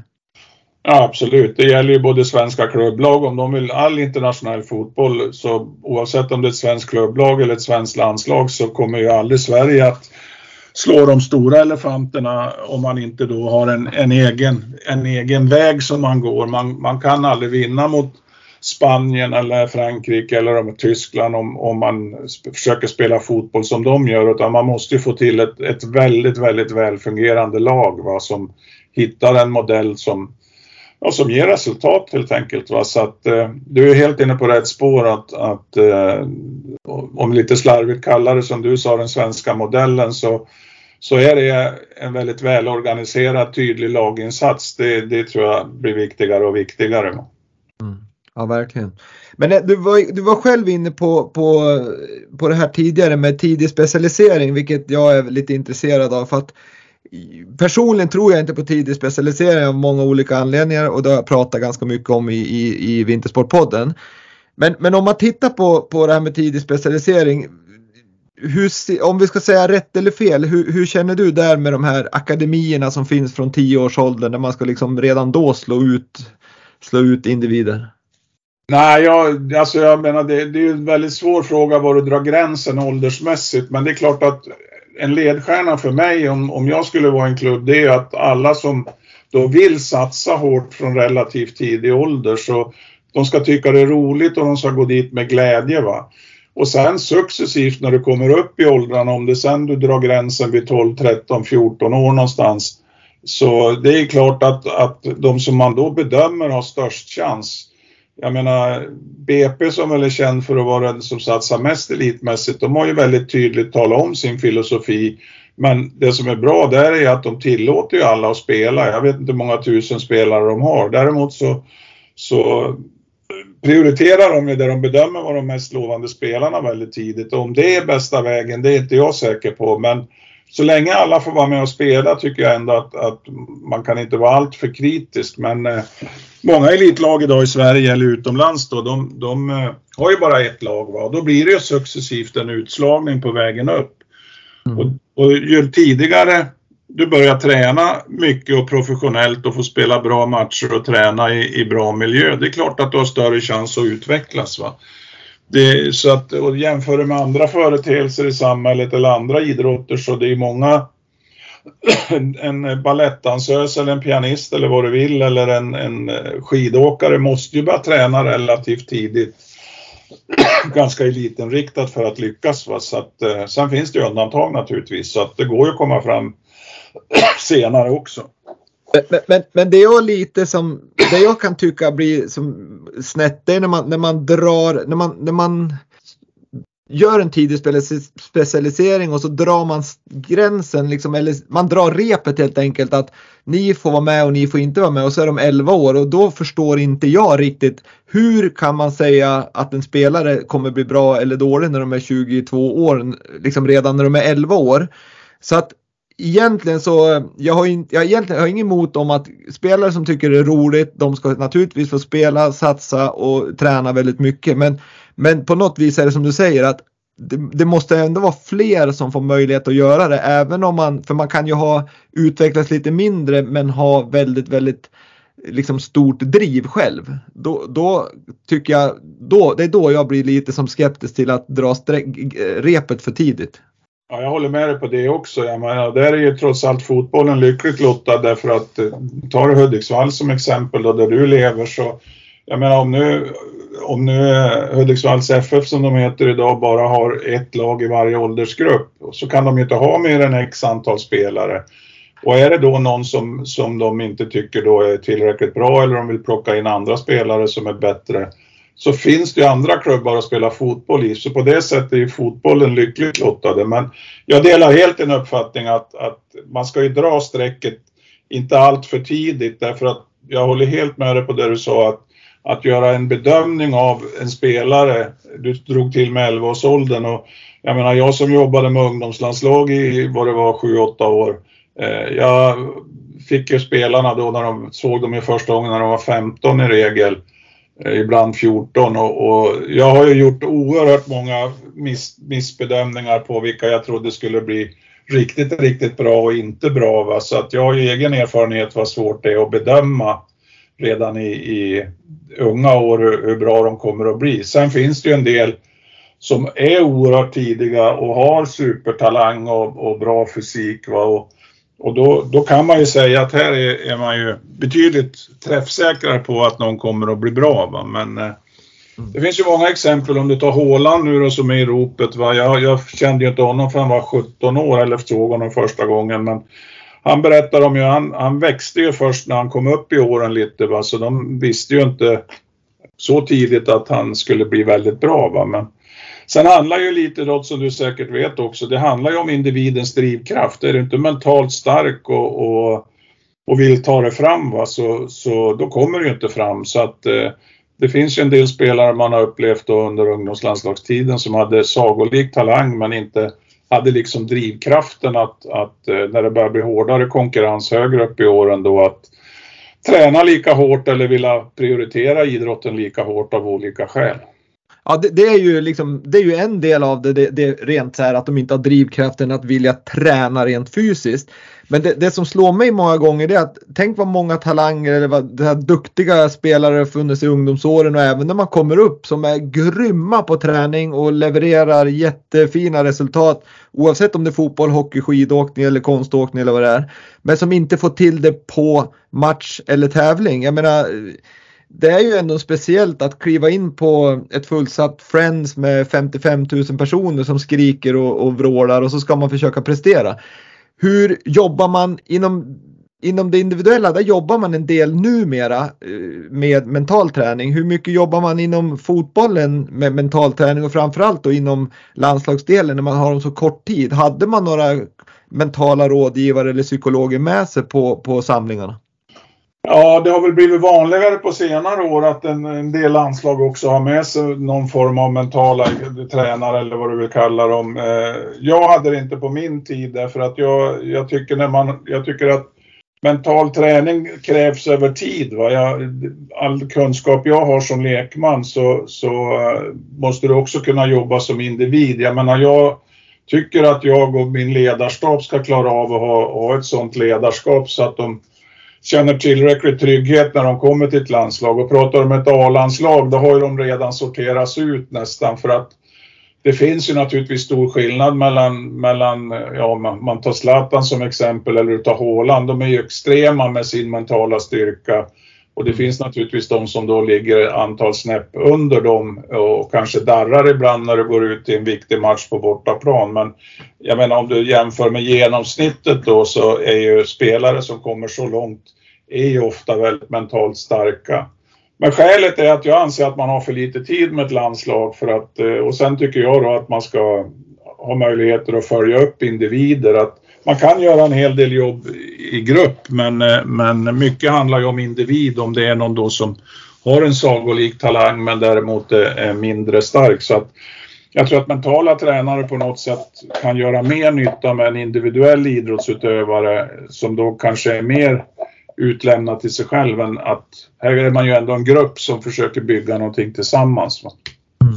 Ja, absolut. Det gäller ju både svenska klubblag, om de vill all internationell fotboll, så oavsett om det är ett svenskt klubblag eller ett svenskt landslag så kommer ju aldrig Sverige att slå de stora elefanterna om man inte då har en, en, egen, en egen väg som man går. Man, man kan aldrig vinna mot Spanien eller Frankrike eller om Tyskland om, om man sp- försöker spela fotboll som de gör, utan man måste ju få till ett, ett väldigt, väldigt välfungerande lag, va, som hittar en modell som, ja, som ger resultat helt enkelt. Va? Så att eh, du är helt inne på rätt spår att, att eh, om lite slarvigt kallar det som du sa den svenska modellen, så så är det en väldigt välorganiserad, tydlig laginsats. Det, det tror jag blir viktigare och viktigare. Mm. Ja, verkligen. Men du var, du var själv inne på, på, på det här tidigare med tidig specialisering, vilket jag är lite intresserad av. För att personligen tror jag inte på tidig specialisering av många olika anledningar, och det har jag pratat ganska mycket om i, i, i Vintersportpodden. Men, men om man tittar på, på det här med tidig specialisering, hur, om vi ska säga rätt eller fel, hur, hur känner du där med de här akademierna som finns från tio års ålder, där man ska liksom redan då slå ut, slå ut individer? Nej, jag, alltså jag menar det, det är ju en väldigt svår fråga var du drar gränsen åldersmässigt, men det är klart att en ledstjärna för mig om, om jag skulle vara en klubb, det är att alla som då vill satsa hårt från relativt tidig ålder, så de ska tycka det är roligt och de ska gå dit med glädje, va. Och sen successivt när du kommer upp i åldrarna, om det sen du drar gränsen vid tolv, tretton, fjorton år någonstans, så det är klart att, att de som man då bedömer har störst chans. Jag menar, B P som är känd för att vara den som satsar mest elitmässigt, de har ju väldigt tydligt talat om sin filosofi. Men det som är bra där är att de tillåter ju alla att spela. Jag vet inte hur många tusen spelare de har. Däremot så, så prioriterar de ju där de bedömer vad de mest lovande spelarna väldigt tidigt. Och om det är bästa vägen, det är inte jag säker på. Men så länge alla får vara med och spela tycker jag ändå att, att man kan inte vara allt för kritisk. Men eh, många elitlag idag i Sverige eller utomlands då, de, de eh, har ju bara ett lag. Va? Och då blir det ju successivt en utslagning på vägen upp. Mm. Och, och ju tidigare du börjar träna mycket och professionellt och får spela bra matcher och träna i, i bra miljö, det är klart att du har större chans att utvecklas. Va? Det, så att, och jämför med andra företeelser i samhället eller andra idrotter, så det är många, en, en ballettdansös eller en pianist eller vad du vill, eller en, en skidåkare måste ju börja träna relativt tidigt, ganska elitenriktat för att lyckas. Va? Så att, eh, sen finns det ju undantag naturligtvis, så att det går ju att komma fram senare också. Men, men, men det är lite som, det jag kan tycka blir som snett, det är när man, när man drar, när man, när man gör en tidig specialisering och så drar man gränsen liksom, eller man drar repet helt enkelt, att ni får vara med och ni får inte vara med, och så är de elva år, och då förstår inte jag riktigt hur kan man säga att en spelare kommer bli bra eller dålig när de är tjugotvå år, liksom redan när de är elva år. Så att egentligen så, jag har, in, jag egentligen har ingen emot om att spelare som tycker det är roligt, de ska naturligtvis få spela, satsa och träna väldigt mycket. Men, men på något vis är det som du säger, att det, det måste ändå vara fler som får möjlighet att göra det. Även om man, för man kan ju ha utvecklas lite mindre men ha väldigt, väldigt liksom stort driv själv. Då, då tycker jag, då, det är då jag blir lite som skeptisk till att dra streck, repet för tidigt. Ja, jag håller med dig på det också. Jag menar, där är ju trots allt fotbollen lyckligt lottad, därför att tar du Hudiksvall som exempel då, där du lever, så jag menar om nu, om nu Hudiksvalls F F som de heter idag bara har ett lag i varje åldersgrupp, så kan de ju inte ha mer än x antal spelare. Och är det då någon som, som de inte tycker då är tillräckligt bra, eller de vill plocka in andra spelare som är bättre, så finns det ju andra klubbar att spela fotboll i. Så på det sättet är ju fotbollen lyckligt lottade. Men jag delar helt en uppfattning att, att man ska ju dra strecket inte allt för tidigt. Därför att jag håller helt med dig på det du sa, att, att göra en bedömning av en spelare. Du drog till med elva års åldern, och jag menar, jag som jobbade med ungdomslandslag i vad det var sju åtta år. Eh, jag fick ju spelarna då när de såg dem i första gången när de var femton i regel. Ibland fjorton, och, och jag har ju gjort oerhört många miss, missbedömningar på vilka jag trodde skulle bli riktigt, riktigt bra och inte bra. Va? Så att jag har ju egen erfarenhet vad svårt det är att bedöma redan i, i unga år hur, hur bra de kommer att bli. Sen finns det ju en del som är oerhört tidiga och har supertalang och, och bra fysik. Va? Och, Och då, då kan man ju säga att här är, är man ju betydligt träffsäkrare på att någon kommer att bli bra. Va? Men eh, mm. det finns ju många exempel. Om du tar Haaland nu då, som är i ropet. Va? Jag, jag kände ju inte honom för han var sjutton år eller såg honom första gången. Men han berättar om ju, han, han växte ju först när han kom upp i åren lite. Va? Så de visste ju inte så tidigt att han skulle bli väldigt bra. Va? Men sen handlar ju lite då, som du säkert vet också, det handlar ju om individens drivkraft. Är du inte mentalt stark och, och, och vill ta det fram, va, så, så då kommer det ju inte fram. Så att eh, det finns ju en del spelare man har upplevt då under ungdomslandslagstiden som hade sagolik talang men inte hade liksom drivkraften att, att eh, när det börjar bli hårdare konkurrens högre upp i åren då, att träna lika hårt eller vilja prioritera idrotten lika hårt av olika skäl. Ja, det, det är ju liksom, det är ju en del av det, det, det rent så här att de inte har drivkraften att vilja träna rent fysiskt. Men det, det som slår mig många gånger är att tänk vad många talanger eller vad det här duktiga spelare har funnits i ungdomsåren och även när man kommer upp som är grymma på träning och levererar jättefina resultat oavsett om det är fotboll, hockey, skidåkning eller konståkning eller vad det är. Men som inte får till det på match eller tävling. Jag menar, det är ju ändå speciellt att kliva in på ett fullsatt Friends med femtiofem tusen personer som skriker och, och vrålar och så ska man försöka prestera. Hur jobbar man inom, inom det individuella? Där jobbar man en del numera med mental träning. Hur mycket jobbar man inom fotbollen med mental träning och framförallt då inom landslagsdelen när man har dem så kort tid? Hade man några mentala rådgivare eller psykologer med sig på, på samlingarna? Ja, det har väl blivit vanligare på senare år att en, en del landslag också har med sig någon form av mentala tränare eller vad du vill kalla dem. Jag hade det inte på min tid därför att jag, jag, tycker, när man, jag tycker att mental träning krävs över tid. Va? Jag, all kunskap jag har som lekman så, så måste du också kunna jobba som individ. Jag menar, jag tycker att jag och min ledarstab ska klara av att ha, ha ett sånt ledarskap så att de känner tillräcklig trygghet när de kommer till ett landslag. Och pratar om ett A-landslag, då har ju de redan sorterats ut nästan, för att det finns ju naturligtvis stor skillnad mellan, mellan ja, man tar Zlatan som exempel eller du tar Haaland. De är ju extrema med sin mentala styrka. Och det finns naturligtvis de som då ligger antal snäpp under dem och kanske darrar ibland när det går ut i en viktig match på bortaplan. Men jag menar, om du jämför med genomsnittet då, så är ju spelare som kommer så långt är ju ofta väldigt mentalt starka. Men skälet är att jag anser att man har för lite tid med ett landslag för att, och sen tycker jag då att man ska ha möjligheter att följa upp individer. Att man kan göra en hel del jobb i grupp, men, men mycket handlar ju om individ, om det är någon då som har en sagolik talang men däremot är mindre stark. Så att jag tror att mentala tränare på något sätt kan göra mer nytta med en individuell idrottsutövare som då kanske är mer utlämnad till sig själv än att här är man ju ändå en grupp som försöker bygga någonting tillsammans. Mm.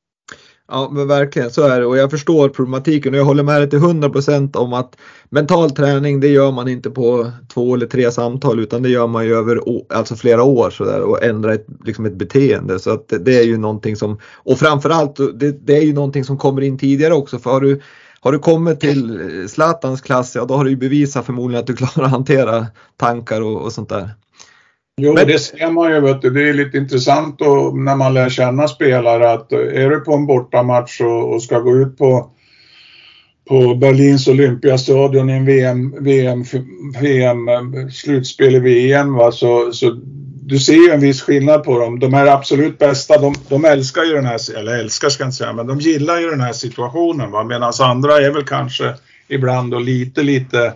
Ja, men verkligen så är det, och jag förstår problematiken och jag håller med dig till hundra procent om att mental träning, det gör man inte på två eller tre samtal, utan det gör man ju över alltså flera år så där, och ändra ett, liksom ett beteende. Så att det, det är ju någonting som, och framförallt det, det är ju någonting som kommer in tidigare också, för har du Har du kommit till Zlatans klass, ja, då har du ju bevisat förmodligen att du klarar att hantera tankar och, och sånt där. Jo, men det ser man ju, vet du. Det är lite intressant då, när man lär känna spelare, att är du på en bortamatch och, och ska gå ut på, på Berlins Olympiastadion i en V M, V M, V M slutspel i V M, va, så, så du ser ju en viss skillnad på dem. De är absolut bästa, de, de älskar ju den här, eller älskar ska jag inte säga, men de gillar ju den här situationen, va, medan andra är väl kanske ibland då lite, lite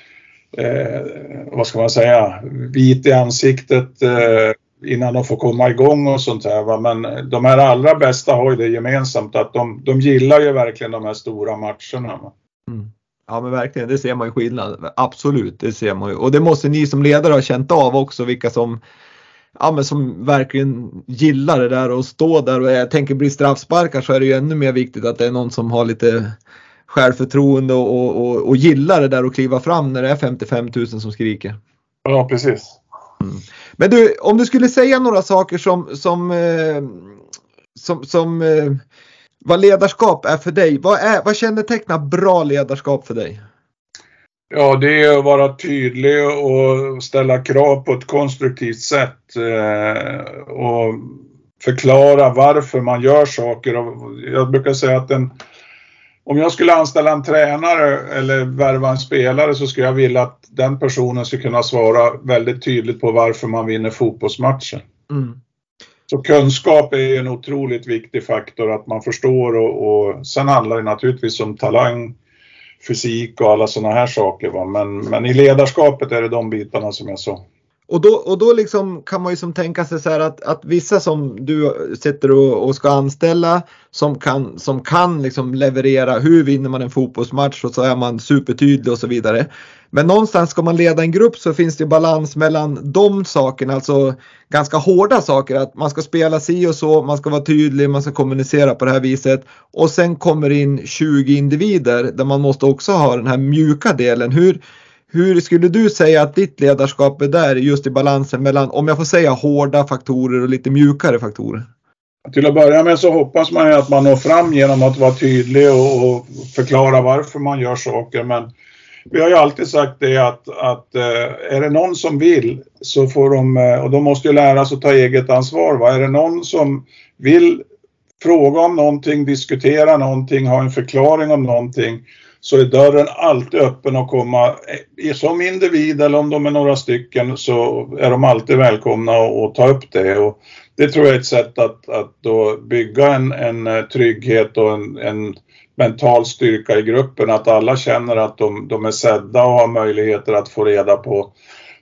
Eh, vad ska man säga, vit i ansiktet eh, innan de får komma igång och sånt här, va? Men de här allra bästa har ju det gemensamt att de, de gillar ju verkligen de här stora matcherna, va? Mm. Ja, men verkligen, det ser man ju skillnad, absolut, det ser man ju, och det måste ni som ledare ha känt av också, vilka som ja, men som verkligen gillar det där och stå där, och jag tänker bli straffsparkar, så är det ju ännu mer viktigt att det är någon som har lite självförtroende och, och, och gillar det där och kliva fram när det är femtiofem tusen som skriker. Ja, precis. Mm. Men du, om du skulle säga några saker som som, eh, som, som eh, vad ledarskap är för dig, vad, är, vad kännetecknar bra ledarskap för dig? Ja, det är att vara tydlig och ställa krav på ett konstruktivt sätt eh, och förklara varför man gör saker. Jag brukar säga att en Om jag skulle anställa en tränare eller värva en spelare, så skulle jag vilja att den personen ska kunna svara väldigt tydligt på varför man vinner fotbollsmatchen. Mm. Så kunskap är en otroligt viktig faktor, att man förstår, och, och sen handlar det naturligtvis om talang, fysik och alla sådana här saker. Va? Men, men i ledarskapet är det de bitarna som jag sa. Och då, och då liksom kan man ju som tänka sig så här att, att vissa som du sitter och, och ska anställa som kan, som kan liksom leverera, hur vinner man en fotbollsmatch, och så är man supertydlig och så vidare. Men någonstans ska man leda en grupp, så finns det balans mellan de sakerna, alltså ganska hårda saker, att man ska spela si och så, man ska vara tydlig, man ska kommunicera på det här viset, och sen kommer in tjugo individer där man måste också ha den här mjuka delen. Hur Hur skulle du säga att ditt ledarskap är där, just i balansen mellan, om jag får säga, hårda faktorer och lite mjukare faktorer? Till att börja med så hoppas man ju att man når fram genom att vara tydlig och, och förklara varför man gör saker. Men vi har ju alltid sagt det att, att är det någon som vill, så får de, och de måste ju lära sig att ta eget ansvar. Va? Är det någon som vill fråga om någonting, diskutera någonting, ha en förklaring om någonting, så är dörren alltid öppen att komma som individ, eller om de är några stycken, så är de alltid välkomna att ta upp det. Och det tror jag är ett sätt att, att då bygga en, en trygghet och en, en mental styrka i gruppen, att alla känner att de, de är sedda och har möjligheter att få reda på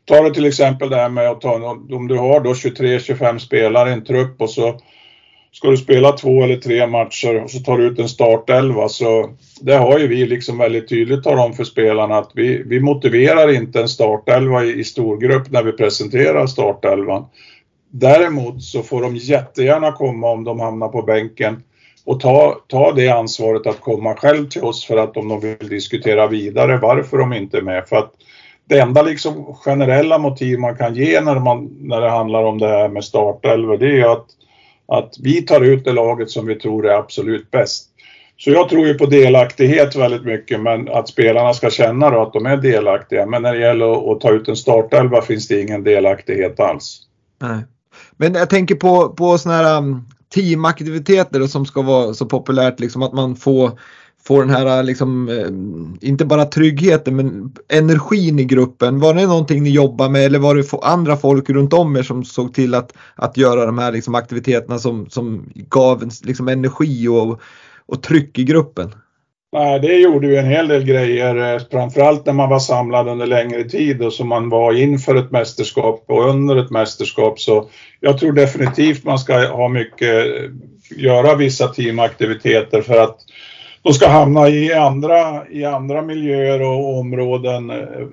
tar du till exempel det här med att ta, om du har då tjugotre tjugofem spelare i en trupp och så ska du spela två eller tre matcher och så tar du ut en startelva, så det har ju vi liksom väldigt tydligt talat om för spelarna att vi, vi motiverar inte en startelva i, i storgrupp när vi presenterar startelvan. Däremot så får de jättegärna komma om de hamnar på bänken och ta, ta det ansvaret att komma själv till oss för att om de vill diskutera vidare varför de inte är med. För att det enda liksom generella motiv man kan ge när, man, när det handlar om det här med startelva, det är ju att, att vi tar ut det laget som vi tror är absolut bäst. Så jag tror ju på delaktighet väldigt mycket, men att spelarna ska känna då att de är delaktiga. Men när det gäller att, att ta ut en startelva finns det ingen delaktighet alls. Nej. Men jag tänker på, på såna här um, teamaktiviteter som ska vara så populärt, liksom att man får, får den här, liksom, eh, inte bara tryggheten men energin i gruppen. Var det någonting ni jobbar med, eller var det andra folk runt om er som såg till att, att göra de här liksom, aktiviteterna som, som gav en, liksom, energi och, och tryck i gruppen? Nej, det gjorde ju en hel del grejer, framförallt när man var samlad under längre tid och som man var inför ett mästerskap och under ett mästerskap. Så jag tror definitivt man ska ha mycket, göra vissa teamaktiviteter för att de ska hamna i andra, i andra miljöer och områden,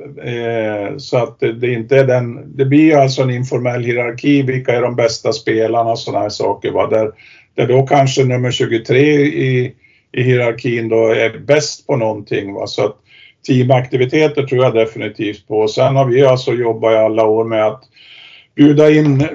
eh, så att det, det inte är den, det blir alltså en informell hierarki, vilka är de bästa spelarna och sådana här saker, va? Där, där då kanske nummer tjugotre i i hierarkin då är bäst på någonting, va? Så att teamaktiviteter tror jag definitivt på. Sen har vi alltså jobbat i alla år med att bjuda in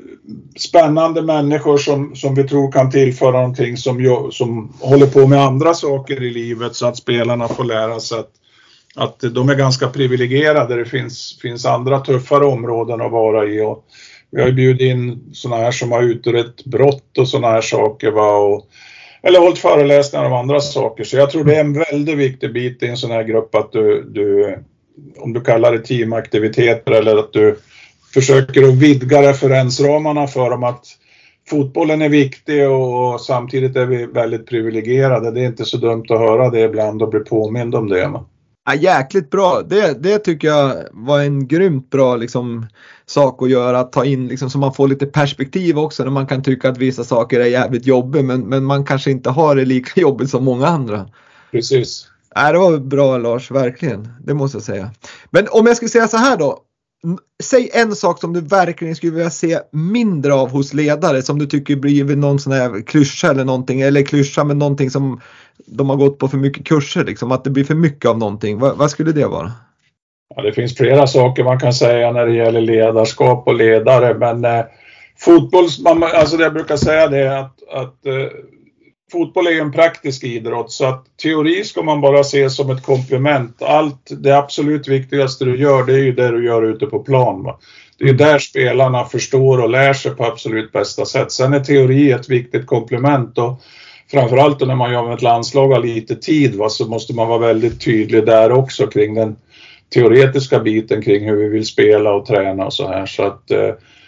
spännande människor som, som vi tror kan tillföra någonting som, som håller på med andra saker i livet, så att spelarna får lära sig att, att de är ganska privilegierade. Det finns, finns andra tuffare områden att vara i, och vi har bjudit in sådana här som har utrett brott och sådana här saker, va? Och eller hållit föreläsningar om andra saker. Så jag tror det är en väldigt viktig bit i en sån här grupp att du, du om du kallar det teamaktiviteter, eller att du försöker att vidga referensramarna för dem, att fotbollen är viktig och samtidigt är vi väldigt privilegierade. Det är inte så dumt att höra det ibland och bli påmind om det. Ja, jäkligt bra. Det, det tycker jag var en grymt bra liksom, sak att göra. Att ta in liksom, så man får lite perspektiv också. När man kan tycka att vissa saker är jävligt jobbiga. Men, men man kanske inte har det lika jobbigt som många andra. Precis. Ja, det var bra, Lars, verkligen. Det måste jag säga. Men om jag skulle säga så här då. Säg en sak som du verkligen skulle vilja se mindre av hos ledare, som du tycker blir någon sån här klyscha eller någonting, eller klyscha med någonting som de har gått på för mycket kurser, liksom, att det blir för mycket av någonting. Va, vad skulle det vara? Ja, det finns flera saker man kan säga när det gäller ledarskap och ledare, men eh, fotboll, man, alltså det jag brukar säga det är att, att eh, fotboll är en praktisk idrott, så att teori ska man bara se som ett komplement. Allt det absolut viktigaste du gör, det är ju det du gör ute på plan, va? Det är där spelarna förstår och lär sig på absolut bästa sätt. Sen är teori ett viktigt komplement, och framförallt när man gör med ett landslag har lite tid, va, så måste man vara väldigt tydlig där också kring den teoretiska biten kring hur vi vill spela och träna och så här. Så att eh,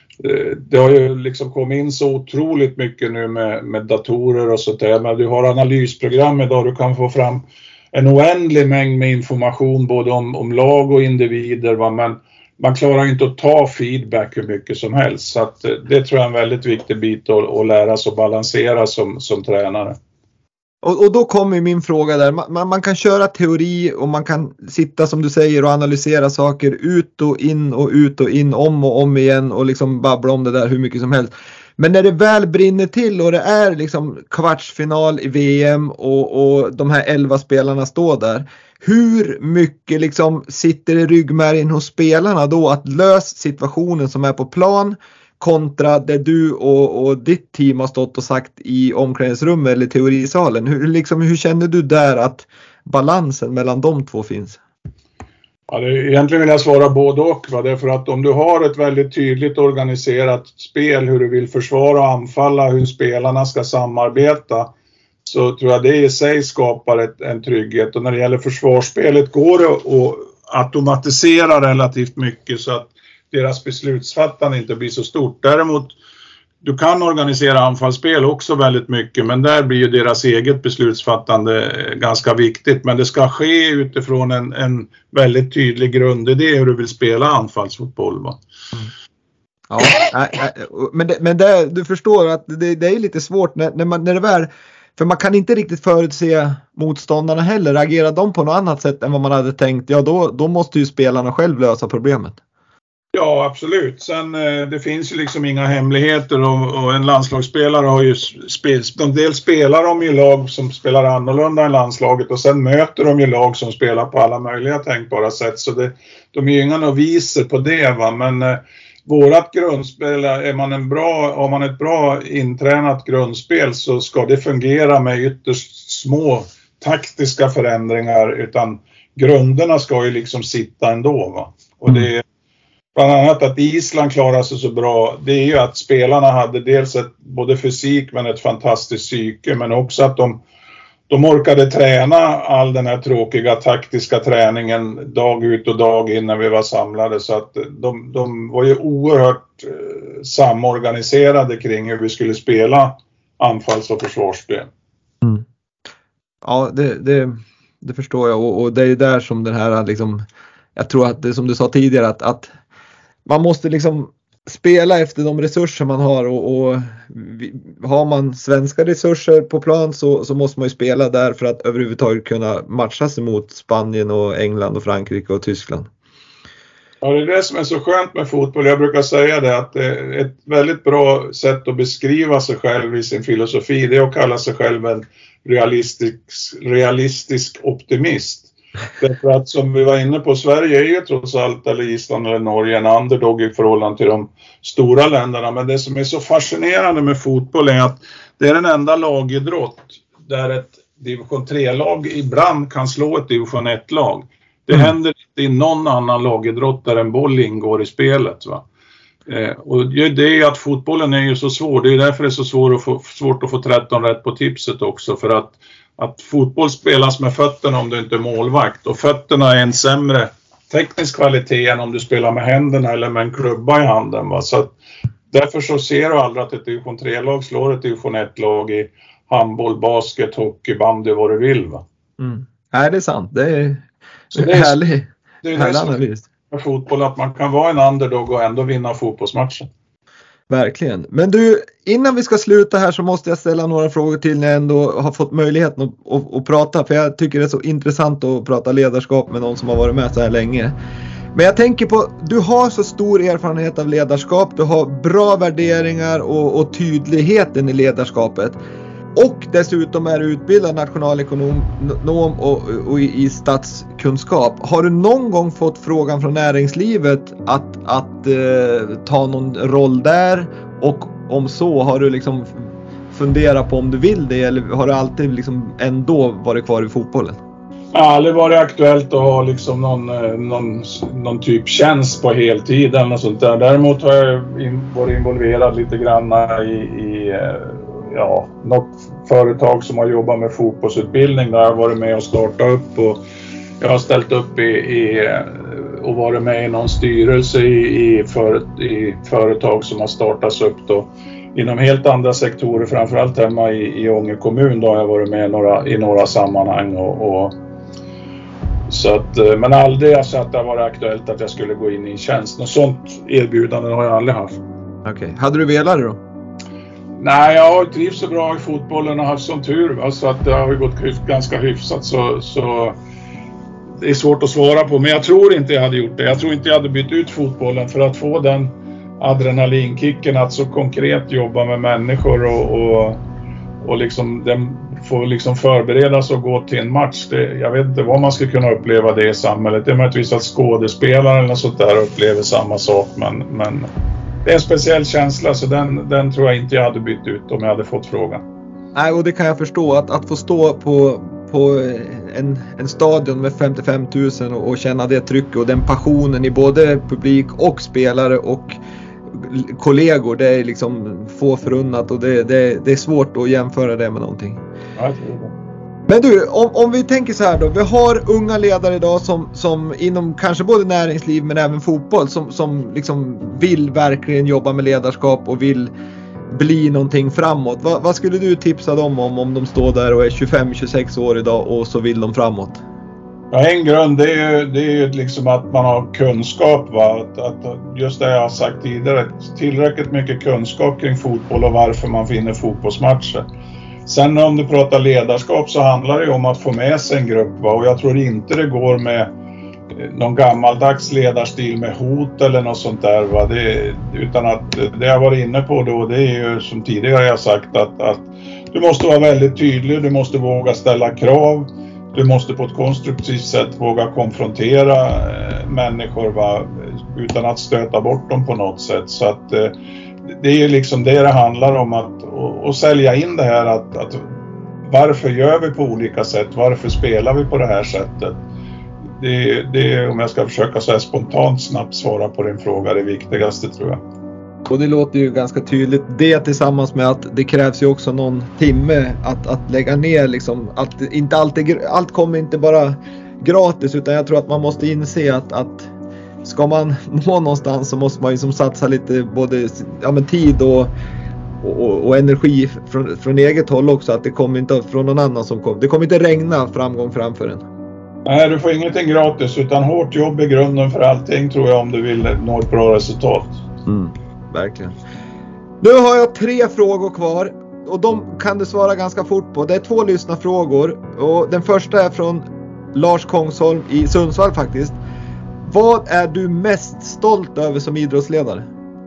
det har ju liksom kommit in så otroligt mycket nu med, med datorer och sånt där. Men du har analysprogram idag, du kan få fram en oändlig mängd med information både om, om lag och individer, va? Men man klarar inte att ta feedback hur mycket som helst. Så att det tror jag är en väldigt viktig bit att, att lära sig att balansera som, som tränare. Och, och då kommer min fråga där. Man, man kan köra teori och man kan sitta som du säger och analysera saker ut och in och ut och in om och om igen och liksom babbla om det där hur mycket som helst. Men när det väl brinner till och det är liksom kvartsfinal i V M och, och de här elva spelarna står där. Hur mycket liksom sitter i ryggmärgen hos spelarna då att lösa situationen som är på plan kontra det du och, och ditt team har stått och sagt i omklädningsrummet eller teorisalen? Hur, liksom, hur känner du där att balansen mellan de två finns? Ja, det, egentligen vill jag svara både och. Va? Därför att om du har ett väldigt tydligt organiserat spel, hur du vill försvara och anfalla, hur spelarna ska samarbeta, så tror jag det i sig skapar ett, en trygghet. Och när det gäller försvarsspelet går det att automatisera relativt mycket så att deras beslutsfattande inte blir så stort. Däremot du kan organisera anfallsspel också väldigt mycket, men där blir ju deras eget beslutsfattande ganska viktigt. Men det ska ske utifrån en, en väldigt tydlig grundidé hur du vill spela anfallsfotboll, va? Mm. Ja, nej, nej, men, det, men det, du förstår att det, det är lite svårt när, när, man, när det väl, för man kan inte riktigt förutse motståndarna heller. Agerar de på något annat sätt än vad man hade tänkt, ja då, då måste ju spelarna själv lösa problemet. Ja, absolut. Sen eh, det finns ju liksom inga hemligheter och, och en landslagsspelare har ju spel, de del spelar de ju lag som spelar annorlunda än landslaget och sen möter de ju lag som spelar på alla möjliga tänkbara sätt, så det, de är ju inga noviser på det, va, men eh, vårat grundspel, är man en bra, har man ett bra intränat grundspel så ska det fungera med ytterst små taktiska förändringar, utan grunderna ska ju liksom sitta ändå, va. Och det är bland annat att Island klarar sig så bra, det är ju att spelarna hade dels ett, både fysik men ett fantastiskt psyke, men också att de, de orkade träna all den här tråkiga taktiska träningen dag ut och dag in när vi var samlade, så att de, de var ju oerhört eh, samorganiserade kring hur vi skulle spela anfalls- och försvarsspel. Mm. Ja, det, det, det förstår jag, och, och det är ju där som den här liksom, jag tror att det som du sa tidigare, att, att man måste liksom spela efter de resurser man har, och, och har man svenska resurser på plan så, så måste man ju spela där för att överhuvudtaget kunna matcha sig mot Spanien och England och Frankrike och Tyskland. Ja, det är det som är så skönt med fotboll. Jag brukar säga det, att det är ett väldigt bra sätt att beskriva sig själv i sin filosofi, det är att kalla sig själv en realistisk, realistisk optimist. Därför att som vi var inne på, Sverige är ju trots allt, eller Island eller Norge, en underdog i förhållande till de stora länderna. Men det som är så fascinerande med fotboll är att det är den enda lagidrott där ett division tre-lag ibland kan slå ett division ett-lag. Det mm. händer inte i någon annan lagidrott där en boll ingår i spelet, va. Eh, och det är ju att fotbollen är ju så svår. Det är därför det är så svårt att få, svårt att få tretton rätt på tipset också. För att, att fotboll spelas med fötterna om du inte är målvakt. Och fötterna är en sämre teknisk kvalitet än om du spelar med händerna eller med en klubba i handen, va. Så att, därför så ser du aldrig att ett division tre-lag slår ett division ett-lag i handboll, basket, hockey, bandy, vad du vill, va. Mm. Nej, det är sant. Det är, så det är härlig, det är härlig det som analys. Med fotboll, att man kan vara en underdog och ändå vinna fotbollsmatchen. Verkligen. Men du, innan vi ska sluta här så måste jag ställa några frågor till när jag ändå har fått möjligheten att, att, att prata. För jag tycker det är så intressant att prata ledarskap med någon som har varit med så här länge. Men jag tänker på, du har så stor erfarenhet av ledarskap. Du har bra värderingar och, och tydligheten i ledarskapet. Och dessutom är du utbildad nationalekonom och, och i, i statskunskap. Har du någon gång fått frågan från näringslivet att, att eh, ta någon roll där? Och om så, har du liksom funderat på om du vill det? Eller har du alltid liksom ändå varit kvar i fotbollen? Jag har aldrig varit aktuellt att ha liksom någon, någon, någon typ tjänst på heltid eller något sånt där. Däremot har jag in, varit involverad lite grann i... i ja, något företag som har jobbat med fotbollsutbildning där jag har varit med och startat upp, och jag har ställt upp i, i och varit med i någon styrelse i, i, för, i företag som har startats upp då inom helt andra sektorer, framförallt hemma i, i Ånge kommun då har jag varit med i några, i några sammanhang och, och så att, men aldrig alltså att det har varit aktuellt att jag skulle gå in i en tjänst. Något sånt erbjudande har jag aldrig haft. Okej, okay. Hade du velat det då? Nej, jag har trivs så bra i fotbollen och haft sån tur. Alltså att det har gått hyf- ganska hyfsat, så, så det är svårt att svara på. Men jag tror inte jag hade gjort det. Jag tror inte jag hade bytt ut fotbollen för att få den adrenalinkicken att så konkret jobba med människor och, och, och liksom den får liksom förberedas och gå till en match. Det, jag vet inte vad man ska kunna uppleva det i samhället. Det är möjligtvis att skådespelare eller något sånt där upplever samma sak, men... men det är en speciell känsla, så den, den tror jag inte jag hade bytt ut om jag hade fått frågan. Nej, och det kan jag förstå. Att, att få stå på, på en, en stadion med femtiofem tusen och, och känna det trycket och den passionen i både publik och spelare och kollegor. Det är liksom få förunnat, och det, det, det är svårt att jämföra det med någonting. Ja, jag tror det. Men du, om, om vi tänker så här då. Vi har unga ledare idag som, som inom kanske både näringsliv men även fotboll som, som liksom vill verkligen jobba med ledarskap och vill bli någonting framåt. Va, vad skulle du tipsa dem om om de står där och är tjugofem tjugosex år idag och så vill de framåt? Ja, en grund det är ju, det är ju liksom att man har kunskap, va? Att, att just det jag har sagt tidigare, tillräckligt mycket kunskap kring fotboll och varför man vinner fotbollsmatcher. Sen om du pratar ledarskap så handlar det ju om att få med sig en grupp, va? Och jag tror inte det går med någon gammaldags ledarstil med hot eller något sånt där, va? Det, utan att det jag var inne på då, det är ju som tidigare jag sagt att, att du måste vara väldigt tydlig, du måste våga ställa krav. Du måste på ett konstruktivt sätt våga konfrontera eh, människor, va, utan att stöta bort dem på något sätt. Så att eh, det är liksom det det handlar om, att och, och sälja in det här att, att varför gör vi på olika sätt? Varför spelar vi på det här sättet? Det, det är, om jag ska försöka så här spontant snabbt svara på din fråga, det viktigaste tror jag. Och det låter ju ganska tydligt. Det tillsammans med att det krävs ju också någon timme att, att lägga ner liksom. Att inte alltid, allt kommer inte bara gratis, utan jag tror att man måste inse att, att ska man nå någonstans så måste man ju som satsa lite både ja, men tid och, och, och energi från, från eget håll också. Att det kommer inte från någon annan som kommer. Det kommer inte regna framgång framför en. Nej, du får ingenting gratis utan hårt jobb i grunden för allting tror jag om du vill nå ett bra resultat. Mm. Verkligen. Nu har jag tre frågor kvar och de kan du svara ganska fort på. Det är två lyssnarfrågor och den första är från Lars Kongsholm i Sundsvall faktiskt. Vad är du mest stolt över som idrottsledare?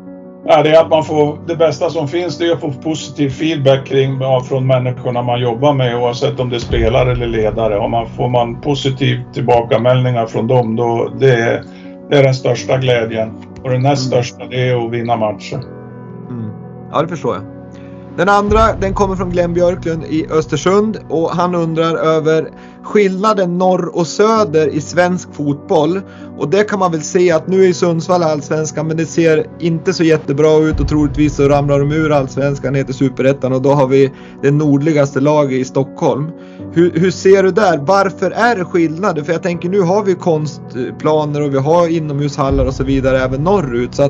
Ja, det är att man får det bästa som finns, det är att få positiv feedback kring, ja, från människorna man jobbar med, oavsett om det är spelare eller ledare. Om man får man positiv tillbakameldingar från dem, då det är, det är den största glädjen. Och den näst största, det är att vinna matcher. Mm. Ja, det förstår jag. Den andra, den kommer från Glenn Björklund i Östersund. Och han undrar över skillnaden norr och söder i svensk fotboll. Och det kan man väl se att nu är Sundsvall allsvenskan, men det ser inte så jättebra ut. Och troligtvis så ramlar de ur allsvenskan ner till superettan. Och då har vi det nordligaste laget i Stockholm. Hur, hur ser du där? Varför är det skillnader? För jag tänker, nu har vi konstplaner och vi har inomhushallar och så vidare även norrut. Så att,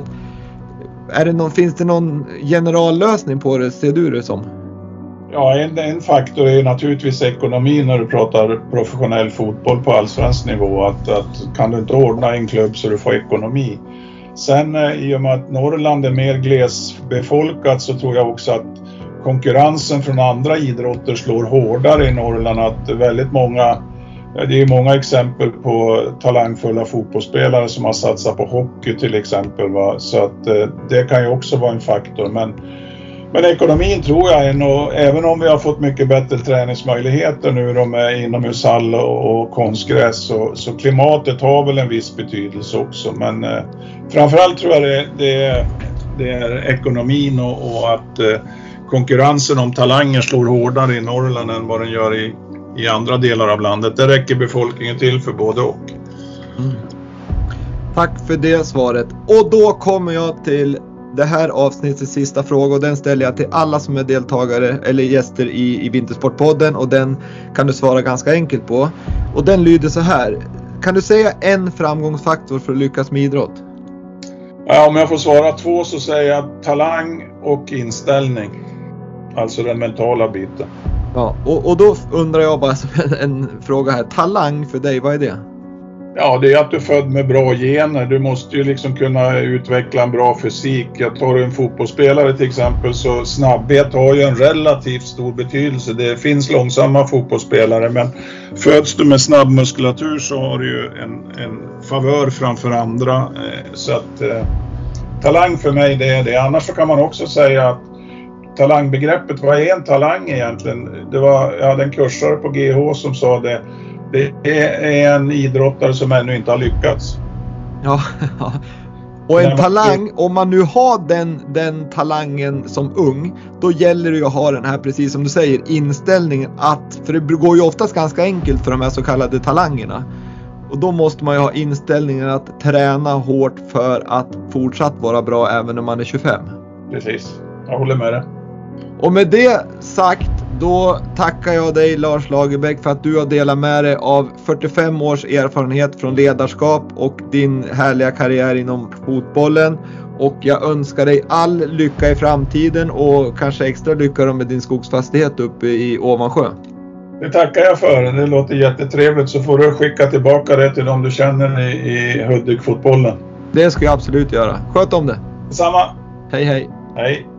är det någon, finns det någon generallösning på det, ser du det som? Ja, en, en faktor är naturligtvis ekonomi när du pratar professionell fotboll på allsvensk nivå. Att, att kan du inte ordna en klubb så du får ekonomi. Sen i och med att Norrland är mer glesbefolkat så tror jag också att konkurrensen från andra idrotter slår hårdare i Norrland. Att väldigt många, det är många exempel på talangfulla fotbollsspelare som har satsat på hockey till exempel, va? Så att det kan ju också vara en faktor. Men, men ekonomin tror jag är nog, även om vi har fått mycket bättre träningsmöjligheter nu de är inomhushall och, och konstgräs, så, så klimatet har väl en viss betydelse också. Men eh, framförallt tror jag det, det, är, det är ekonomin och, och att eh, konkurrensen om talanger slår hårdare i Norrland än vad den gör i, i andra delar av landet. Det räcker befolkningen till för både och. Mm. Tack för det svaret. Och då kommer jag till det här avsnittets sista fråga, och den ställer jag till alla som är deltagare eller gäster i, i Vintersportpodden, och den kan du svara ganska enkelt på. Och den lyder så här: kan du säga en framgångsfaktor för att lyckas med idrott? Ja, om jag får svara två så säger jag talang och inställning. Alltså den mentala biten. Ja, och, och då undrar jag bara en, en fråga här. Talang för dig, vad är det? Ja, det är att du är född med bra gener. Du måste ju liksom kunna utveckla en bra fysik. Jag tar en fotbollsspelare till exempel, så snabbhet har ju en relativt stor betydelse. Det finns långsamma fotbollsspelare, men föds du med snabb muskulatur så har du ju en, en favör framför andra. Så att eh, talang för mig, det är det. Annars så kan man också säga att talangbegreppet, vad är en talang egentligen? Det var, jag hade en kursare på G H som sa det. Det är en idrottare som ännu inte har lyckats. Ja, och en talang, om man nu har den, den talangen som ung, då gäller det ju att ha den här, precis som du säger, inställningen att, för det går ju oftast ganska enkelt för de här så kallade talangerna. Och då måste man ju ha inställningen att träna hårt för att fortsatt vara bra även när man är tjugofem. Precis, jag håller med dig. Och med det sagt, Då tackar jag dig, Lars Lagerbäck, för att du har delat med dig av fyrtiofem års erfarenhet från ledarskap och din härliga karriär inom fotbollen. Och jag önskar dig all lycka i framtiden och kanske extra lycka med din skogsfastighet uppe i Ovansjö. Det tackar jag för. Det låter jättetrevligt, så får du skicka tillbaka det till dem du känner i, i Hudik-fotbollen. Det ska jag absolut göra. Sköt om det. Samma. Hej hej. Hej.